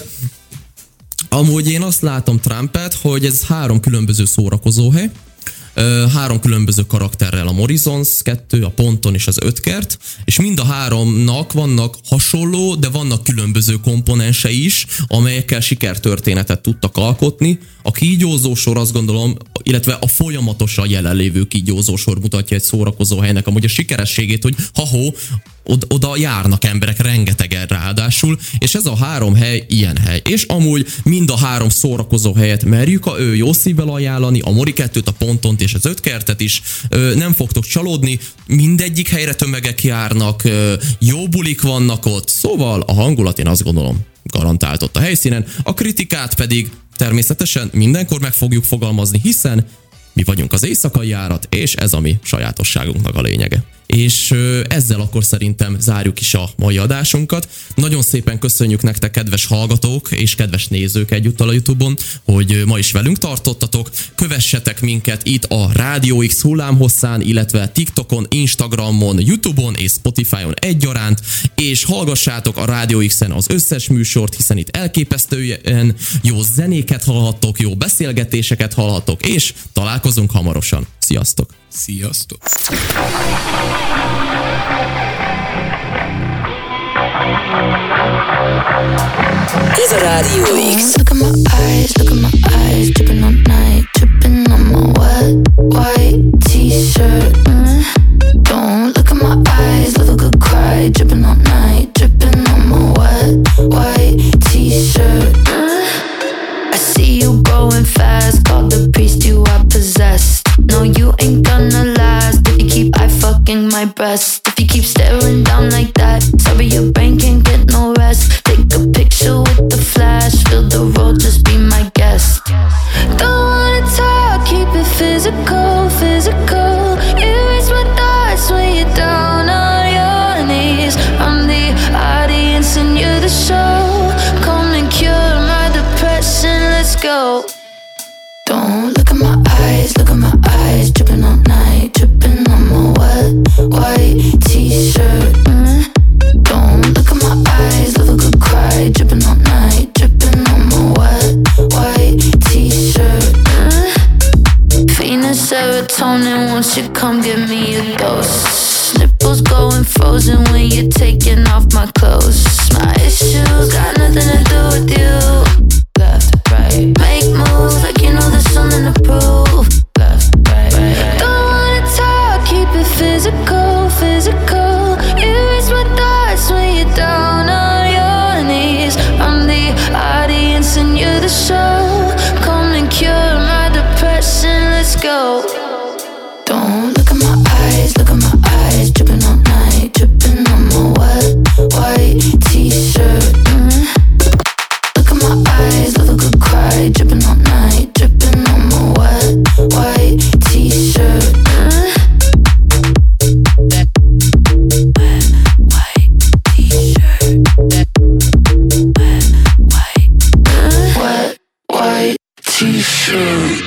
Amúgy én azt látom Trumpet, hogy ez három különböző szórakozóhely, uh, három különböző karakterrel, a Morrisons, kettő, a Ponton és az ötkert, és mind a háromnak vannak hasonló, de vannak különböző komponensei is, amelyekkel sikertörténetet tudtak alkotni. A kígyózósor azt gondolom, illetve a folyamatosan jelenlévő kígyózósor mutatja egy szórakozóhelynek amúgy a sikerességét, hogy ha-ho, oda, oda járnak emberek rengetegen ráadásul, és ez a három hely ilyen hely. És amúgy mind a három szórakozó helyet merjük a ő jó szívvel ajánlani, a Mori kettőt, a Pontont és az ötkertet is. Ö, nem fogtok csalódni, mindegyik helyre tömegek járnak, ö, jó bulik vannak ott, szóval a hangulat én azt gondolom garantált ott a helyszínen, a kritikát pedig természetesen mindenkor meg fogjuk fogalmazni, hiszen mi vagyunk az éjszakai járat, és ez a mi sajátosságunknak a lényege. És ezzel akkor szerintem zárjuk is a mai adásunkat. Nagyon szépen köszönjük nektek, kedves hallgatók és kedves nézők egyúttal a YouTube-on, hogy ma is velünk tartottatok. Kövessetek minket itt a Rádió X hullámhosszán, illetve TikTokon, Instagramon, YouTube-on és Spotify-on egyaránt, és hallgassátok a Rádió X-en az összes műsort, hiszen itt elképesztően jó zenéket hallhattok, jó beszélgetéseket hallhattok, és találkozunk hamarosan. Sziasztok! Sziasztok! Ez a Rádió X. Look at my eyes, look at my eyes, dripping all night, dripping on my wet, white t-shirt. Mm. Don't look at my eyes, love a good cry, dripping all night, dripping on my wet, white t-shirt. Mm. I see you growing fast, call the priest, you are possessed. No, you ain't gonna last if you keep eye fucking my breast. If you keep staring down like that, sorry your brain can't get no rest. Take a picture with the flash, fill the road, just be my guest. Don't wanna talk, keep it physical, physical. Erase my thoughts when you're down on your knees. I'm the audience and you're the show. Come and cure my depression, let's go. Don't look at my eyes, look at my eyes, dripping all night, dripping on my wet, white t-shirt. Mm. Don't look at my eyes, love a good cry, dripping all night, dripping on my wet, white t-shirt. Mm. Venus serotonin, won't you come give me a dose? Nipples going frozen when you're taking off my clothes. My issues got nothing to do with you. Left, right, make moves like you know the sun in the shirt.